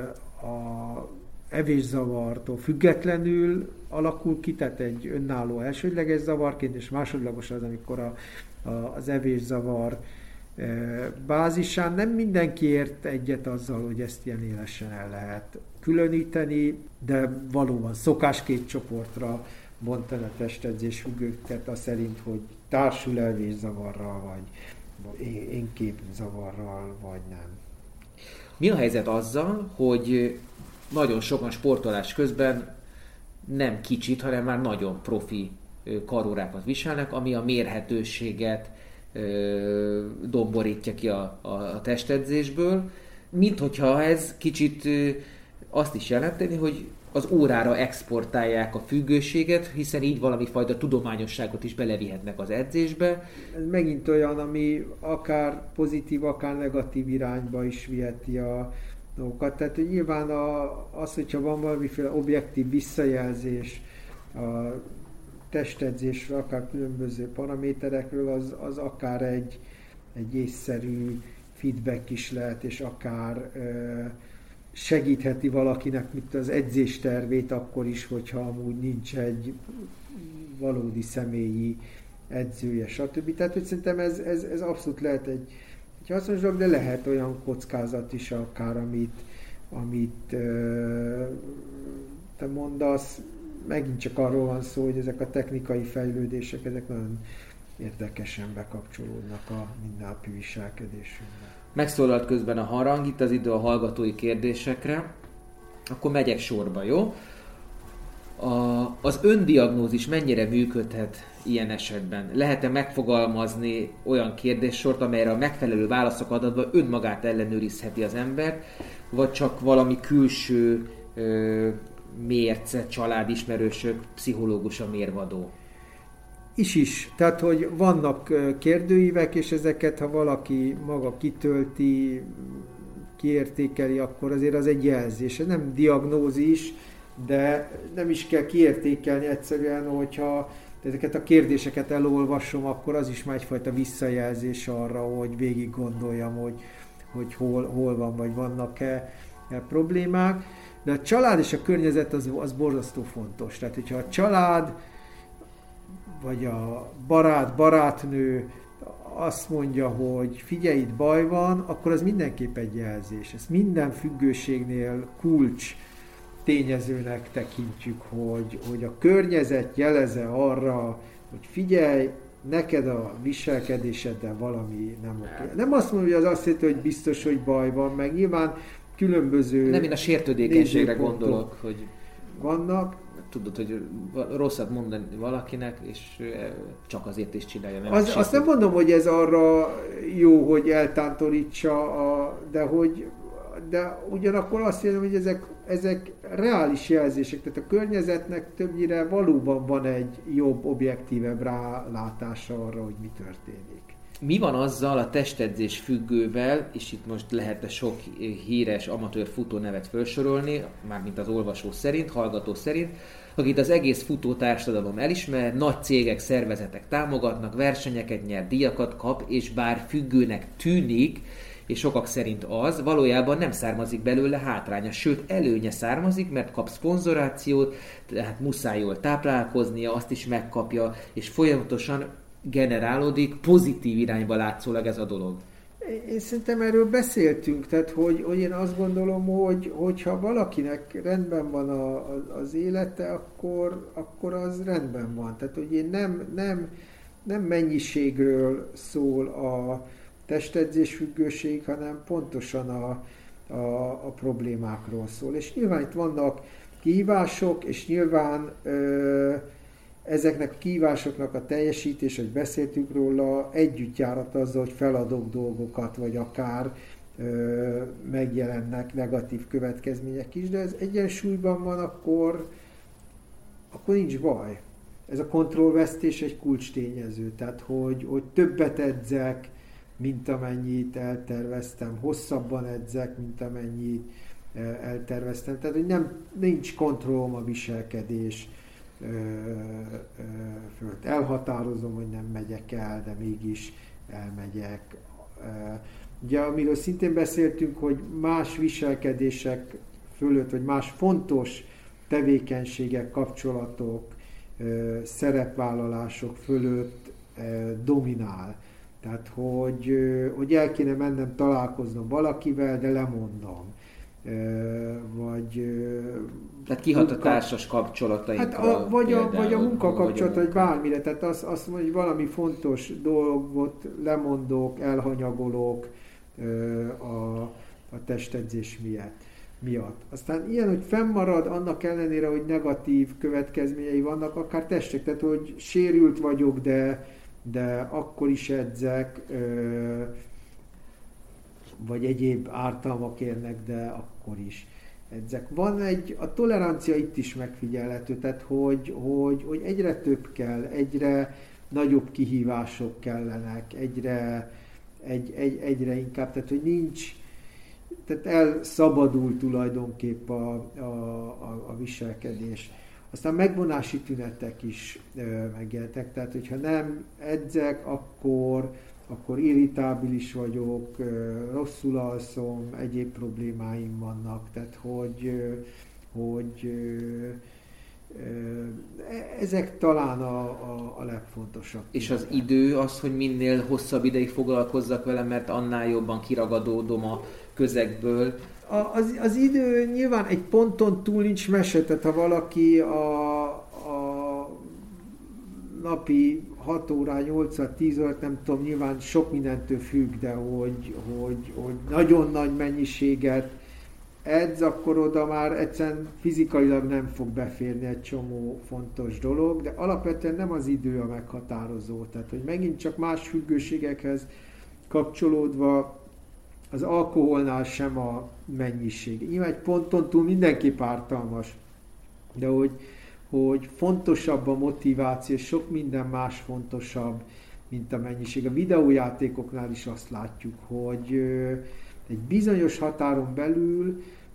a evészavartól függetlenül alakul ki, tehát egy önálló elsődleges zavarként, és másodlagos az, amikor a, a, az evészavar e, bázisán nem mindenki ért egyet azzal, hogy ezt ilyen élesen el lehet különíteni, de valóban szokás két csoportra bontani a testedzés függőket, az szerint, hogy társul evészavarral, vagy énképzavarral, vagy nem. Mi a helyzet azzal, hogy nagyon sokan sportolás közben nem kicsit, hanem már nagyon profi karórákat viselnek, ami a mérhetőséget ö, domborítja ki a, a testedzésből, mint hogyha ez kicsit ö, azt is jelenteni, hogy az órára exportálják a függőséget, hiszen így valami fajta tudományosságot is belevihetnek az edzésbe. Ez megint olyan, ami akár pozitív, akár negatív irányba is viheti a dolgokat. Tehát hogy nyilván a, az, hogyha van valamiféle objektív visszajelzés a testedzésről, akár különböző paraméterekről, az, az akár egy, egy észszerű feedback is lehet, és akár ö, segítheti valakinek mit az edzéstervét akkor is, hogyha amúgy nincs egy valódi személyi edzője, stb. Tehát, hogy szerintem ez, ez, ez abszolút lehet egy, egy hasznos dolog, de lehet olyan kockázat is akár, amit, amit ö, te mondasz. Megint csak arról van szó, hogy ezek a technikai fejlődések, ezek nagyon érdekesen bekapcsolódnak a mindennapi viselkedésünkbe. Megszólalt közben a harang, itt az idő a hallgatói kérdésekre. Akkor megyek sorba, jó? A, az öndiagnózis mennyire működhet ilyen esetben? Lehet-e megfogalmazni olyan kérdéssort, amelyre a megfelelő válaszok adatban önmagát ellenőrizheti az ember, vagy csak valami külső ö, mérce, családismerősök, pszichológus a mérvadó? Is is. Tehát, hogy vannak kérdőívek, és ezeket, ha valaki maga kitölti, kiértékeli, akkor azért az egy jelzés. Ez nem diagnózis, de nem is kell kiértékelni egyszerűen, hogyha ezeket a kérdéseket elolvasom, akkor az is már egyfajta visszajelzés arra, hogy végig gondoljam, hogy, hogy hol, hol van, vagy vannak-e problémák. De a család és a környezet az, az borzasztó fontos. Tehát, hogyha a család, vagy a barát, barátnő azt mondja, hogy figyelj, itt baj van, akkor az mindenképp egy jelzés. Ezt minden függőségnél kulcs tényezőnek tekintjük, hogy, hogy a környezet jeleze arra, hogy figyelj, neked a viselkedéseddel valami nem oké. Nem azt mondom, hogy az azt jelenti, hogy biztos, hogy baj van, meg nyilván különböző... Nem, én a sértődékenységre gondolok, hogy vannak. Tudod, hogy rosszat mondani valakinek, és csak azért is csinálja. Nem az, azt nem mondom, hogy ez arra jó, hogy eltántorítsa, a, de hogy de ugyanakkor azt jelenti, hogy ezek, ezek reális jelzések, tehát a környezetnek többnyire valóban van egy jobb, objektívebb rálátása arra, hogy mi történik. Mi van azzal a testedzés függővel, és itt most lehetne sok híres amatőr futó nevet felsorolni, mármint az olvasó szerint, hallgató szerint, akit az egész futó társadalom elismer, nagy cégek, szervezetek támogatnak, versenyeket nyer, díjakat kap, és bár függőnek tűnik, és sokak szerint az, valójában nem származik belőle hátránya, sőt előnye származik, mert kap szponzorációt, tehát muszáj jól táplálkoznia, azt is megkapja, és folyamatosan generálódik, pozitív irányba látszólag ez a dolog. Én szerintem erről beszéltünk, tehát hogy, hogy én azt gondolom, hogy hogyha valakinek rendben van a, a, az élete, akkor, akkor az rendben van. Tehát hogy én nem, nem, nem mennyiségről szól a testedzés függőség, hanem pontosan a, a, a problémákról szól. És nyilván itt vannak kihívások, és nyilván ö, ezeknek a kihívásoknak a teljesítés, hogy beszéltünk róla, együtt járat azzal, hogy feladok dolgokat, vagy akár ö, megjelennek negatív következmények is, de ez egyensúlyban van, akkor, akkor nincs baj. Ez a kontrollvesztés egy kulcstényező, tehát hogy, hogy többet edzek, mint amennyit elterveztem, hosszabban edzek, mint amennyit elterveztem. Tehát, hogy nem, nincs kontrollom a viselkedés fölött. Elhatározom, hogy nem megyek el, de mégis elmegyek. Ugye, amiről szintén beszéltünk, hogy más viselkedések fölött, vagy más fontos tevékenységek, kapcsolatok, szerepvállalások fölött dominál. Tehát, hogy, hogy el kéne mennem találkoznom valakivel, de lemondom. Vagy... Tehát kihat a társas kapcsolatainkra. Hát a, vagy, a, vagy a munkakapcsolat, vagy, vagy bármire. Tehát azt, azt mondja, hogy valami fontos dolgot lemondok, elhanyagolok a, a testedzés miatt. Aztán ilyen, hogy fennmarad, annak ellenére, hogy negatív következményei vannak, akár testek. Tehát, hogy sérült vagyok, de de akkor is edzek, vagy egyéb ártalmak érnek, de akkor is edzek. Van egy, a tolerancia itt is megfigyelhető, tehát hogy, hogy, hogy egyre több kell, egyre nagyobb kihívások kellenek, egyre, egy, egy, egyre inkább, tehát hogy nincs, tehát elszabadul tulajdonképp a, a, a, a viselkedés. Aztán megvonási tünetek is ö, megjelentek, tehát hogyha nem edzek, akkor, akkor irritábilis vagyok, ö, rosszul alszom, egyéb problémáim vannak, tehát hogy, ö, hogy ö, ö, ezek talán a, a, a legfontosabb. És az idő az, hogy minél hosszabb ideig foglalkozzak vele, mert annál jobban kiragadódom a közegből. Az, az idő nyilván egy ponton túl nincs mese, tehát ha valaki a, a napi hat órá, nyolc tíz órát, nem tudom, nyilván sok mindentől függ, de hogy, hogy, hogy nagyon nagy mennyiséget edz, akkor oda már egyszerűen fizikailag nem fog beférni egy csomó fontos dolog, de alapvetően nem az idő a meghatározó, tehát hogy megint csak más függőségekhez kapcsolódva, az alkoholnál sem a mennyiség. Nyilván egy ponton túl mindenképp ártalmas, de hogy, hogy fontosabb a motiváció, és sok minden más fontosabb, mint a mennyiség. A videójátékoknál is azt látjuk, hogy egy bizonyos határon belül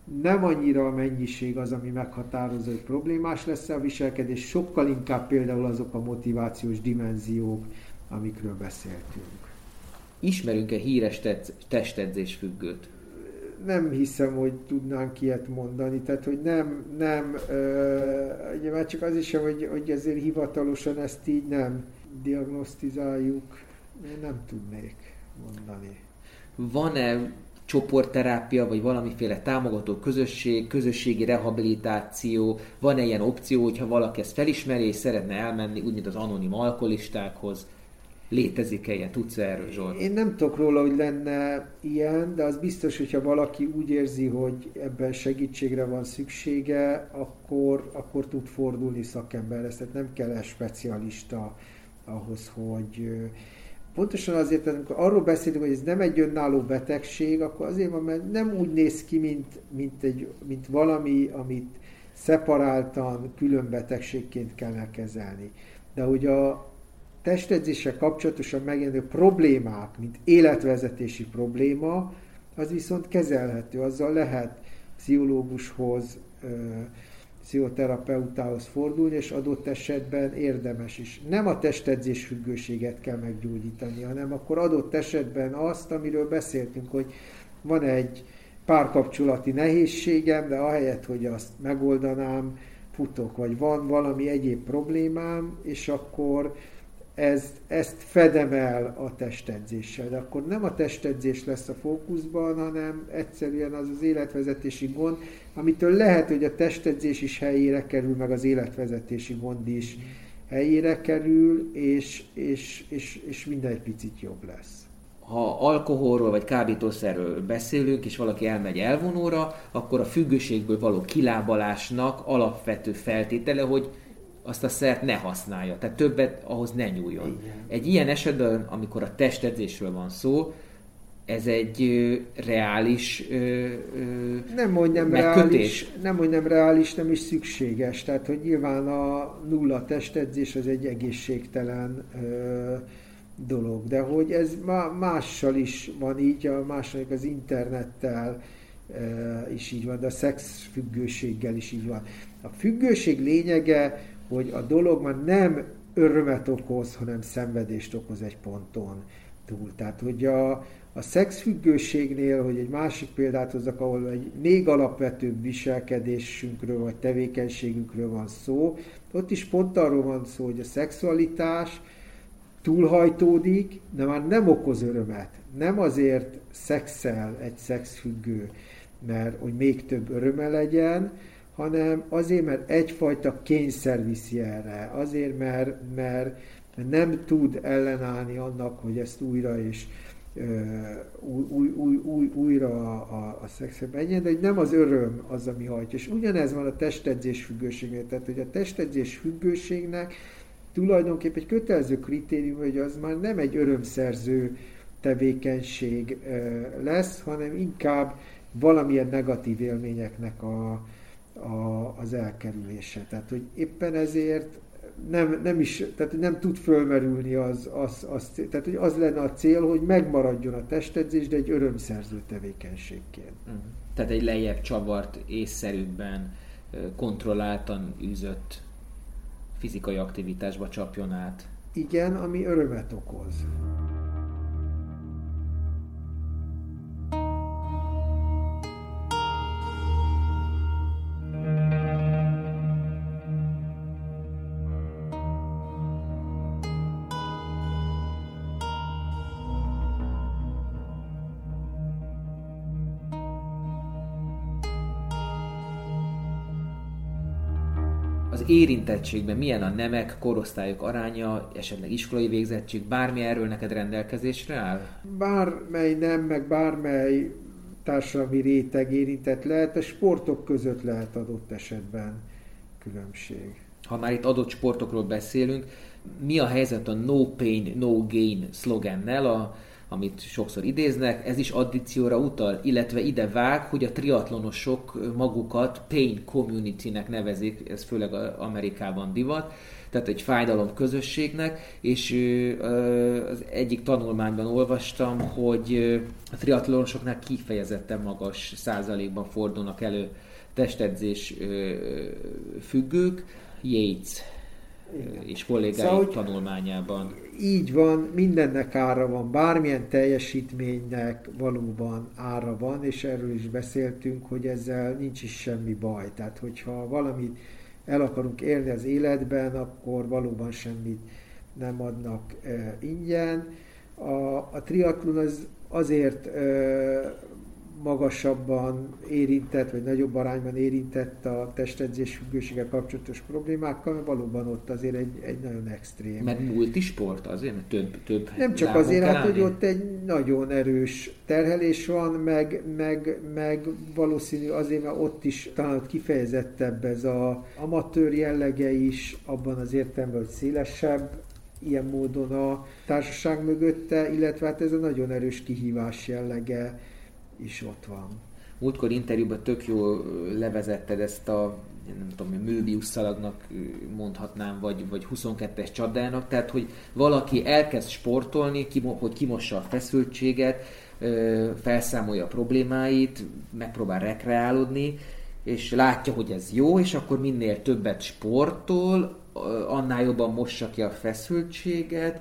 nem annyira a mennyiség az, ami meghatározó, hogy problémás lesz a viselkedés, sokkal inkább például azok a motivációs dimenziók, amikről beszéltünk. Ismerünk-e híres testedzés függőt? Nem hiszem, hogy tudnánk ilyet mondani, tehát hogy nem, nem ugye már csak az is, hogy, hogy azért hivatalosan ezt így nem diagnosztizáljuk, nem tudnék mondani. Van-e csoportterápia, vagy valamiféle támogató közösség, közösségi rehabilitáció, van-e ilyen opció, hogyha valaki ezt felismeri és szeretne elmenni, úgy, mint az anonim alkoholistákhoz? Létezik-e ilyen? Tudsz erről, Zsolt? Én nem tudok róla, hogy lenne ilyen, de az biztos, hogyha valaki úgy érzi, hogy ebben segítségre van szüksége, akkor, akkor tud fordulni szakemberre. Tehát nem kell egy specialista ahhoz, hogy... Pontosan azért, amikor arról beszélünk, hogy ez nem egy önálló betegség, akkor azért van, mert nem úgy néz ki, mint, mint, egy, mint valami, amit szeparáltan, külön betegségként kellene kezelni. De hogy a testedzéssel kapcsolatosan megjelenő problémák, mint életvezetési probléma, az viszont kezelhető, azzal lehet pszichológushoz, pszichoterapeutához fordulni, és adott esetben érdemes is. Nem a testedzés függőséget kell meggyógyítani, hanem akkor adott esetben azt, amiről beszéltünk, hogy van egy párkapcsolati nehézségem, de ahelyett, hogy azt megoldanám, futok, vagy van valami egyéb problémám, és akkor ezt, ezt fedem el a testedzéssel. De akkor nem a testedzés lesz a fókuszban, hanem egyszerűen az az életvezetési gond, amitől lehet, hogy a testedzés is helyére kerül, meg az életvezetési gond is helyére kerül, és, és, és, és minden egy picit jobb lesz. Ha alkoholról vagy kábítószerről beszélünk, és valaki elmegy elvonóra, akkor a függőségből való kilábalásnak alapvető feltétele, hogy azt a szert ne használja, tehát többet ahhoz ne nyúljon. Igen. Egy ilyen esetben, amikor a testedzésről van szó, ez egy ö, reális ö, ö, nem, hogy nem reális, nem, hogy nem reális, nem is szükséges. Tehát, hogy nyilván a nulla testedzés az egy egészségtelen ö, dolog. De hogy ez mással is van így, a második az internettel ö, is így van, de a szexfüggőséggel is így van. A függőség lényege, hogy a dolog már nem örömet okoz, hanem szenvedést okoz egy ponton túl. Tehát, hogy a, a szexfüggőségnél, hogy egy másik példát hozzak, ahol egy még alapvetőbb viselkedésünkről vagy tevékenységünkről van szó, ott is pont arról van szó, hogy a szexualitás túlhajtódik, de már nem okoz örömet. Nem azért szexel egy szexfüggő, mert hogy még több öröme legyen, hanem azért, mert egyfajta kényszer viszi erre, azért, mert, mert nem tud ellenállni annak, hogy ezt újra és új, új, új, új, újra a, a, a szexre menjen, de nem az öröm az, ami hajtja. És ugyanez van a testedzés függőségnél, tehát hogy a testedzés függőségnek tulajdonképpen egy kötelező kritérium, hogy az már nem egy örömszerző tevékenység lesz, hanem inkább valamilyen negatív élményeknek a A, az elkerülése. Tehát, hogy éppen ezért nem, nem is, tehát nem tud fölmerülni az, az, az, tehát, hogy az lenne a cél, hogy megmaradjon a testedzés, de egy örömszerző tevékenységként. Uh-huh. Tehát egy lejjebb csavart, észszerűbben, kontrolláltan űzött fizikai aktivitásba csapjon át. Igen, ami örömet okoz. Az érintettségben milyen a nemek, korosztályok aránya, esetleg iskolai végzettség, bármi erről neked rendelkezésre áll? Bármely nem, meg bármely társadalmi réteg érintett lehet, a sportok között lehet adott esetben különbség. Ha már itt adott sportokról beszélünk, mi a helyzet a no pain, no gain szlogennel, a, amit sokszor idéznek, ez is addícióra utal, illetve ide vág, hogy a triatlonosok magukat pain community-nek nevezik, ez főleg Amerikában divat, tehát egy fájdalom közösségnek, és az egyik tanulmányban olvastam, hogy a triatlonosoknál kifejezetten magas százalékban fordulnak elő testedzés függők, Yates és kollégái szóval, tanulmányában. Így van, mindennek ára van, bármilyen teljesítménynek valóban ára van, és erről is beszéltünk, hogy ezzel nincs is semmi baj. Tehát, hogyha valamit el akarunk érni az életben, akkor valóban semmit nem adnak e, ingyen. A, a triatlon az azért e, magasabban érintett, vagy nagyobb arányban érintett a testedzés függőséggel kapcsolatos problémákkal, mert valóban ott azért egy, egy nagyon extrém. Mert multisport azért, mert több, több nem csak azért, hát, hogy ott egy nagyon erős terhelés van, meg, meg, meg valószínű azért, mert ott is talán ott kifejezettebb ez az amatőr jellege is, abban az értelemben, hogy szélesebb ilyen módon a társaság mögötte, illetve hát ez a nagyon erős kihívás jellege is ott van. Múltkor interjúban tök jól levezetted ezt a, nem tudom, Möbius szalagnak mondhatnám, vagy, vagy huszonkettes csapdának, tehát, hogy valaki elkezd sportolni, hogy kimossa a feszültséget, felszámolja a problémáit, megpróbál rekreálódni, és látja, hogy ez jó, és akkor minél többet sportol, annál jobban mossa ki a feszültséget,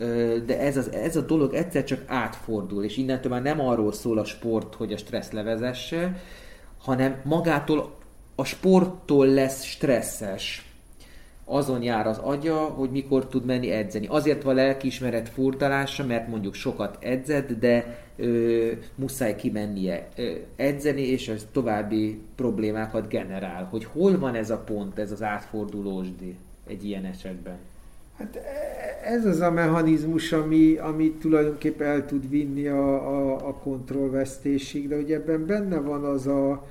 de ez, az, ez a dolog egyszer csak átfordul, és innentől már nem arról szól a sport, hogy a stressz levezesse, hanem magától a sporttól lesz stresszes. Azon jár az agya, hogy mikor tud menni edzeni. Azért van lelkiismeret furdalása, mert mondjuk sokat edzed, de ö, muszáj kimennie ö, edzeni, és ez további problémákat generál. Hogy hol van ez a pont, ez az átfordulósdi egy ilyen esetben? Hát ez az a mechanizmus, ami, ami tulajdonképpen el tud vinni a, a, a kontrollvesztésig, de ugye ebben benne van az, a,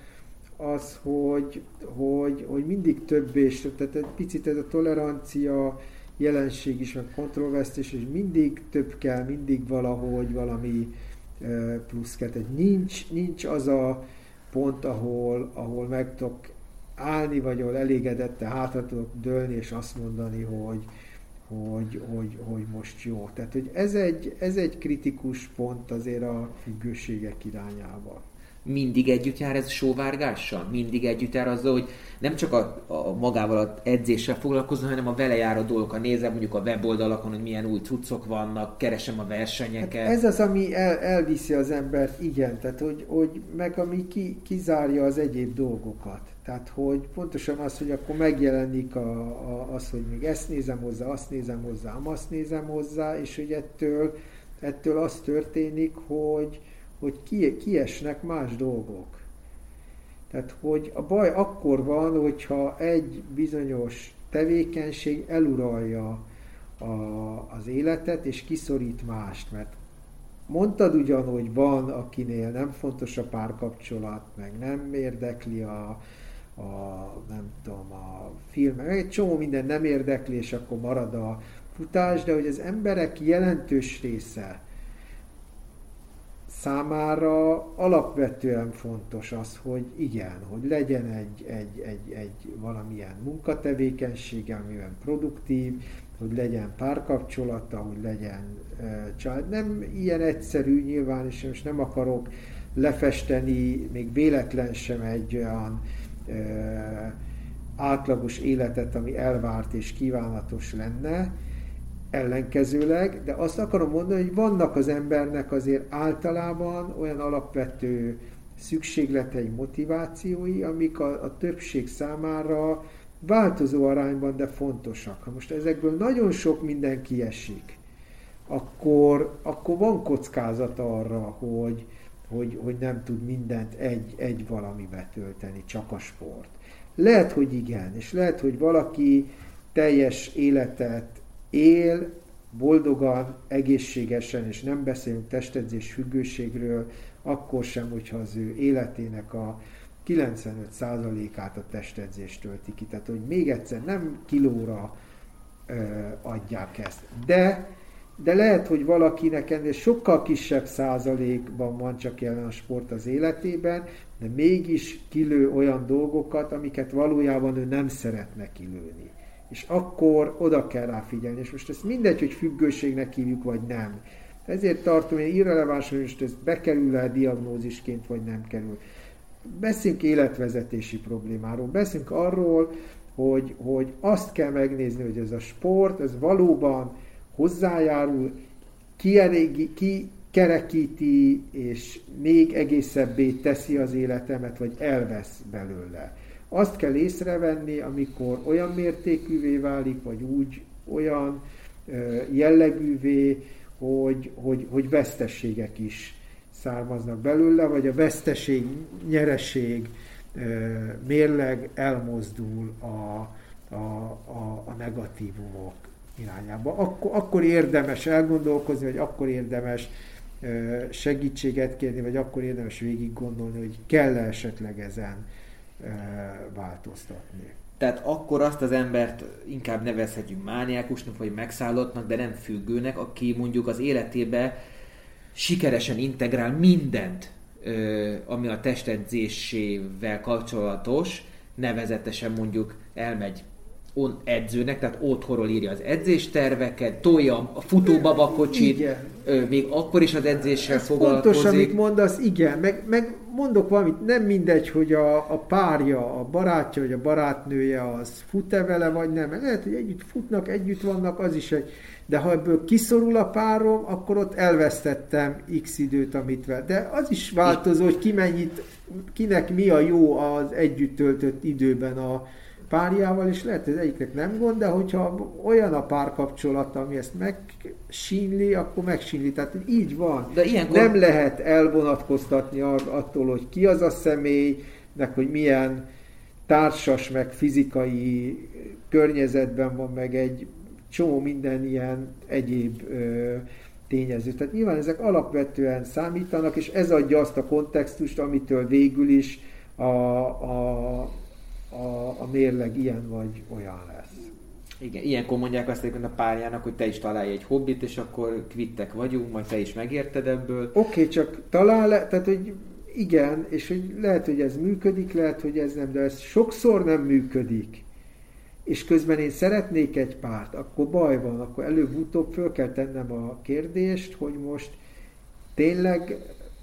az hogy, hogy, hogy mindig több és több, tehát egy picit ez a tolerancia jelenség is, meg kontrollvesztés, és mindig több kell, mindig valahogy valami plusz kell. Tehát nincs, nincs az a pont, ahol, ahol meg tudok állni, vagy ahol elégedette hátra tudok dőlni, és azt mondani, hogy Hogy, hogy, hogy most jó. Tehát, hogy ez egy, ez egy kritikus pont azért a függőségek irányába. Mindig együtt jár ez sóvárgással? Mindig együtt jár azzal, hogy nem csak a, a magával az edzéssel foglalkozom, hanem a vele járó dolgokat nézem, mondjuk a weboldalakon, hogy milyen új cuccok vannak, keresem a versenyeket. Hát ez az, ami el, elviszi az embert, igen, tehát hogy, hogy meg ami ki, kizárja az egyéb dolgokat. Tehát, hogy pontosan az, hogy akkor megjelenik a, a, az, hogy még ezt nézem hozzá, azt nézem hozzá, azt nézem hozzá, és hogy ettől, ettől az történik, hogy, hogy ki, kiesnek más dolgok. Tehát, hogy a baj akkor van, hogyha egy bizonyos tevékenység eluralja a, az életet, és kiszorít mást, mert mondtad ugyan, hogy van, akinél nem fontos a párkapcsolat, meg nem érdekli a a, nem tudom, a film, meg egy csomó minden nem érdekli, és akkor marad a futás, de hogy az emberek jelentős része számára alapvetően fontos az, hogy igen, hogy legyen egy, egy, egy, egy valamilyen munkatevékenysége, amiben produktív, hogy legyen párkapcsolata, hogy legyen uh, család. Nem ilyen egyszerű nyilván, és most nem akarok lefesteni, még véletlen sem egy olyan átlagos életet, ami elvárt és kívánatos lenne, ellenkezőleg, de azt akarom mondani, hogy vannak az embernek azért általában olyan alapvető szükségletei, motivációi, amik a, a többség számára változó arányban, de fontosak. Ha most ezekből nagyon sok minden kiesik, akkor, akkor van kockázat arra, hogy Hogy, hogy nem tud mindent egy, egy valamibe tölteni, csak a sport. Lehet, hogy igen, és lehet, hogy valaki teljes életet él, boldogan, egészségesen, és nem beszélünk testedzés függőségről, akkor sem, hogyha az ő életének a kilencvenöt százalékát a testedzés tölti ki. Tehát, hogy még egyszer nem kilóra ö, adják ezt. De de lehet, hogy valakinek ennél sokkal kisebb százalékban van csak jelen a sport az életében, de mégis kilő olyan dolgokat, amiket valójában ő nem szeretne kilőni. És akkor oda kell rá figyelni. És most ezt mindegy, hogy függőségnek hívjuk, vagy nem. Ezért tartom én irreleváns, hogy most ez bekerül-e diagnózisként, vagy nem kerül. Beszélünk életvezetési problémáról, beszélünk arról, hogy, hogy azt kell megnézni, hogy ez a sport, ez valóban hozzájárul, kikerekíti, és még egészebbé teszi az életemet, vagy elvesz belőle. Azt kell észrevenni, amikor olyan mértékűvé válik, vagy úgy olyan jellegűvé, hogy, hogy, hogy veszteségek is származnak belőle, vagy a veszteség, nyereség mérleg elmozdul a, a, a, a negatívumok irányába. Akkor, akkor érdemes elgondolkozni, vagy akkor érdemes segítséget kérni, vagy akkor érdemes végig gondolni, hogy kell esetleg ezen változtatni. Tehát akkor azt az embert inkább nevezhetjük mániákusnak, vagy megszállottnak, de nem függőnek, aki mondjuk az életébe sikeresen integrál mindent, ami a testedzésével kapcsolatos, nevezetesen mondjuk elmegy edzőnek, tehát otthonról írja az edzésterveket, tolja a futóbabakocsit, igen. Még akkor is az edzéssel ez foglalkozik. Pontos, amit mondasz, igen, meg, meg mondok valamit, nem mindegy, hogy a, a párja, a barátja, vagy a barátnője az fut-e vele, vagy nem. Lehet, hogy együtt futnak, együtt vannak, az is egy, de ha ebből kiszorul a párom, akkor ott elvesztettem x időt, amit vele. De az is változó, hogy ki mennyit, kinek mi a jó az együtt töltött időben a párjával, és lehet, hogy egyiknek nem gond, de hogyha olyan a párkapcsolat, ami ezt megsínli, akkor megsínli. Tehát így van. De ilyenkor... Nem lehet elvonatkoztatni attól, hogy ki az a személy, meg hogy milyen társas, meg fizikai környezetben van, meg egy csomó minden ilyen egyéb ö, tényező. Tehát nyilván ezek alapvetően számítanak, és ez adja azt a kontextust, amitől végül is a, a A, a mérleg ilyen vagy olyan lesz. Igen, ilyenkor mondják azt egyébként a párjának, hogy te is találj egy hobbit, és akkor kvittek vagyunk, majd te is megérted ebből. Oké, okay, csak talál, tehát hogy igen, és hogy lehet, hogy ez működik, lehet, hogy ez nem, de ez sokszor nem működik, és közben én szeretnék egy párt, akkor baj van, akkor előbb-utóbb föl kell tennem a kérdést, hogy most tényleg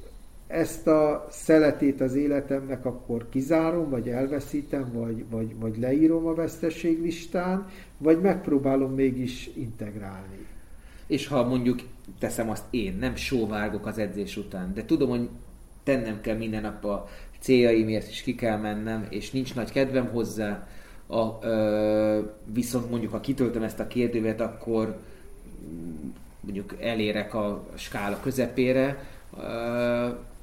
ezt a szeletét az életemnek akkor kizárom, vagy elveszítem, vagy, vagy, vagy leírom a veszteséglistán, vagy megpróbálom mégis integrálni. És ha mondjuk teszem azt én, nem sóvárgok az edzés után, de tudom, hogy tennem kell minden nap a céljaimért is ki kell mennem, és nincs nagy kedvem hozzá, a, ö, viszont mondjuk ha kitöltöm ezt a kérdővet, akkor mondjuk elérek a skála közepére, ö,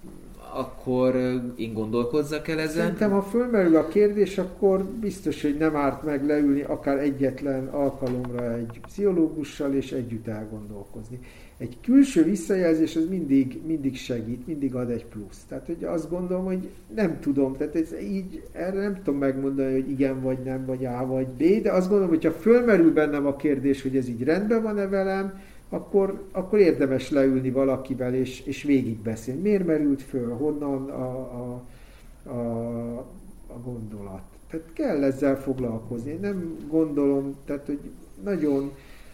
akkor én gondolkozzak el ezen. Szerintem, ha fölmerül a kérdés, akkor biztos, hogy nem árt meg leülni akár egyetlen alkalomra egy pszichológussal, és együtt elgondolkozni. Egy külső visszajelzés az mindig, mindig segít, mindig ad egy plusz. Tehát, hogy azt gondolom, hogy nem tudom, tehát ez így, erre nem tudom megmondani, hogy igen vagy nem, vagy A vagy B, de azt gondolom, hogyha fölmerül bennem a kérdés, hogy ez így rendben van-e velem, Akkor, akkor érdemes leülni valakivel, és, és végigbeszélni. Miért merült föl? Honnan a, a, a, a gondolat? Tehát kell ezzel foglalkozni. Én nem gondolom, tehát, hogy nagyon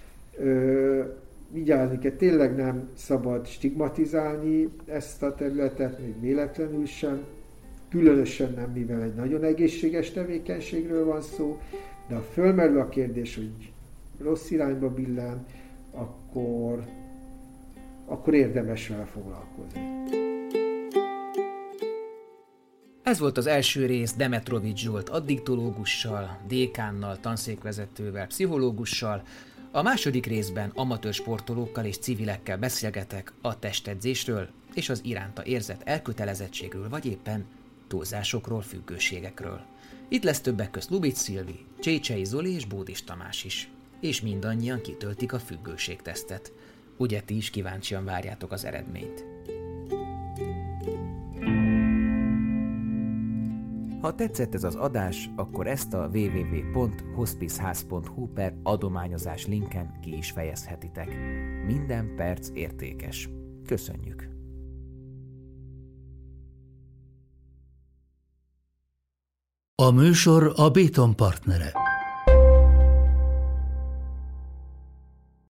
ö, vigyázni kell. Tényleg nem szabad stigmatizálni ezt a területet, még véletlenül sem. Különösen nem, mivel egy nagyon egészséges tevékenységről van szó, de ha fölmerül a kérdés, hogy rossz irányba billen, akkor, akkor érdemes vele foglalkozni. Ez volt az első rész Demetrovics Zsolt addiktológussal, dékánnal, tanszékvezetővel, pszichológussal. A második részben amatőr sportolókkal és civilekkel beszélgetek a testedzésről és az iránta érzett elkötelezettségről, vagy éppen túlzásokról, függőségekről. Itt lesz többek közt Lubics Szilvi, Csécsei Zoli és Bódis Tamás is. És mindannyian kitöltik a függőségtesztet. Ugye ti is kíváncsian várjátok az eredményt. Ha tetszett ez az adás, akkor ezt a double-u double-u double-u pont hospiceház pont hu per adományozás linken ki is fejezhetitek. Minden perc értékes. Köszönjük! A műsor a Béton partnere.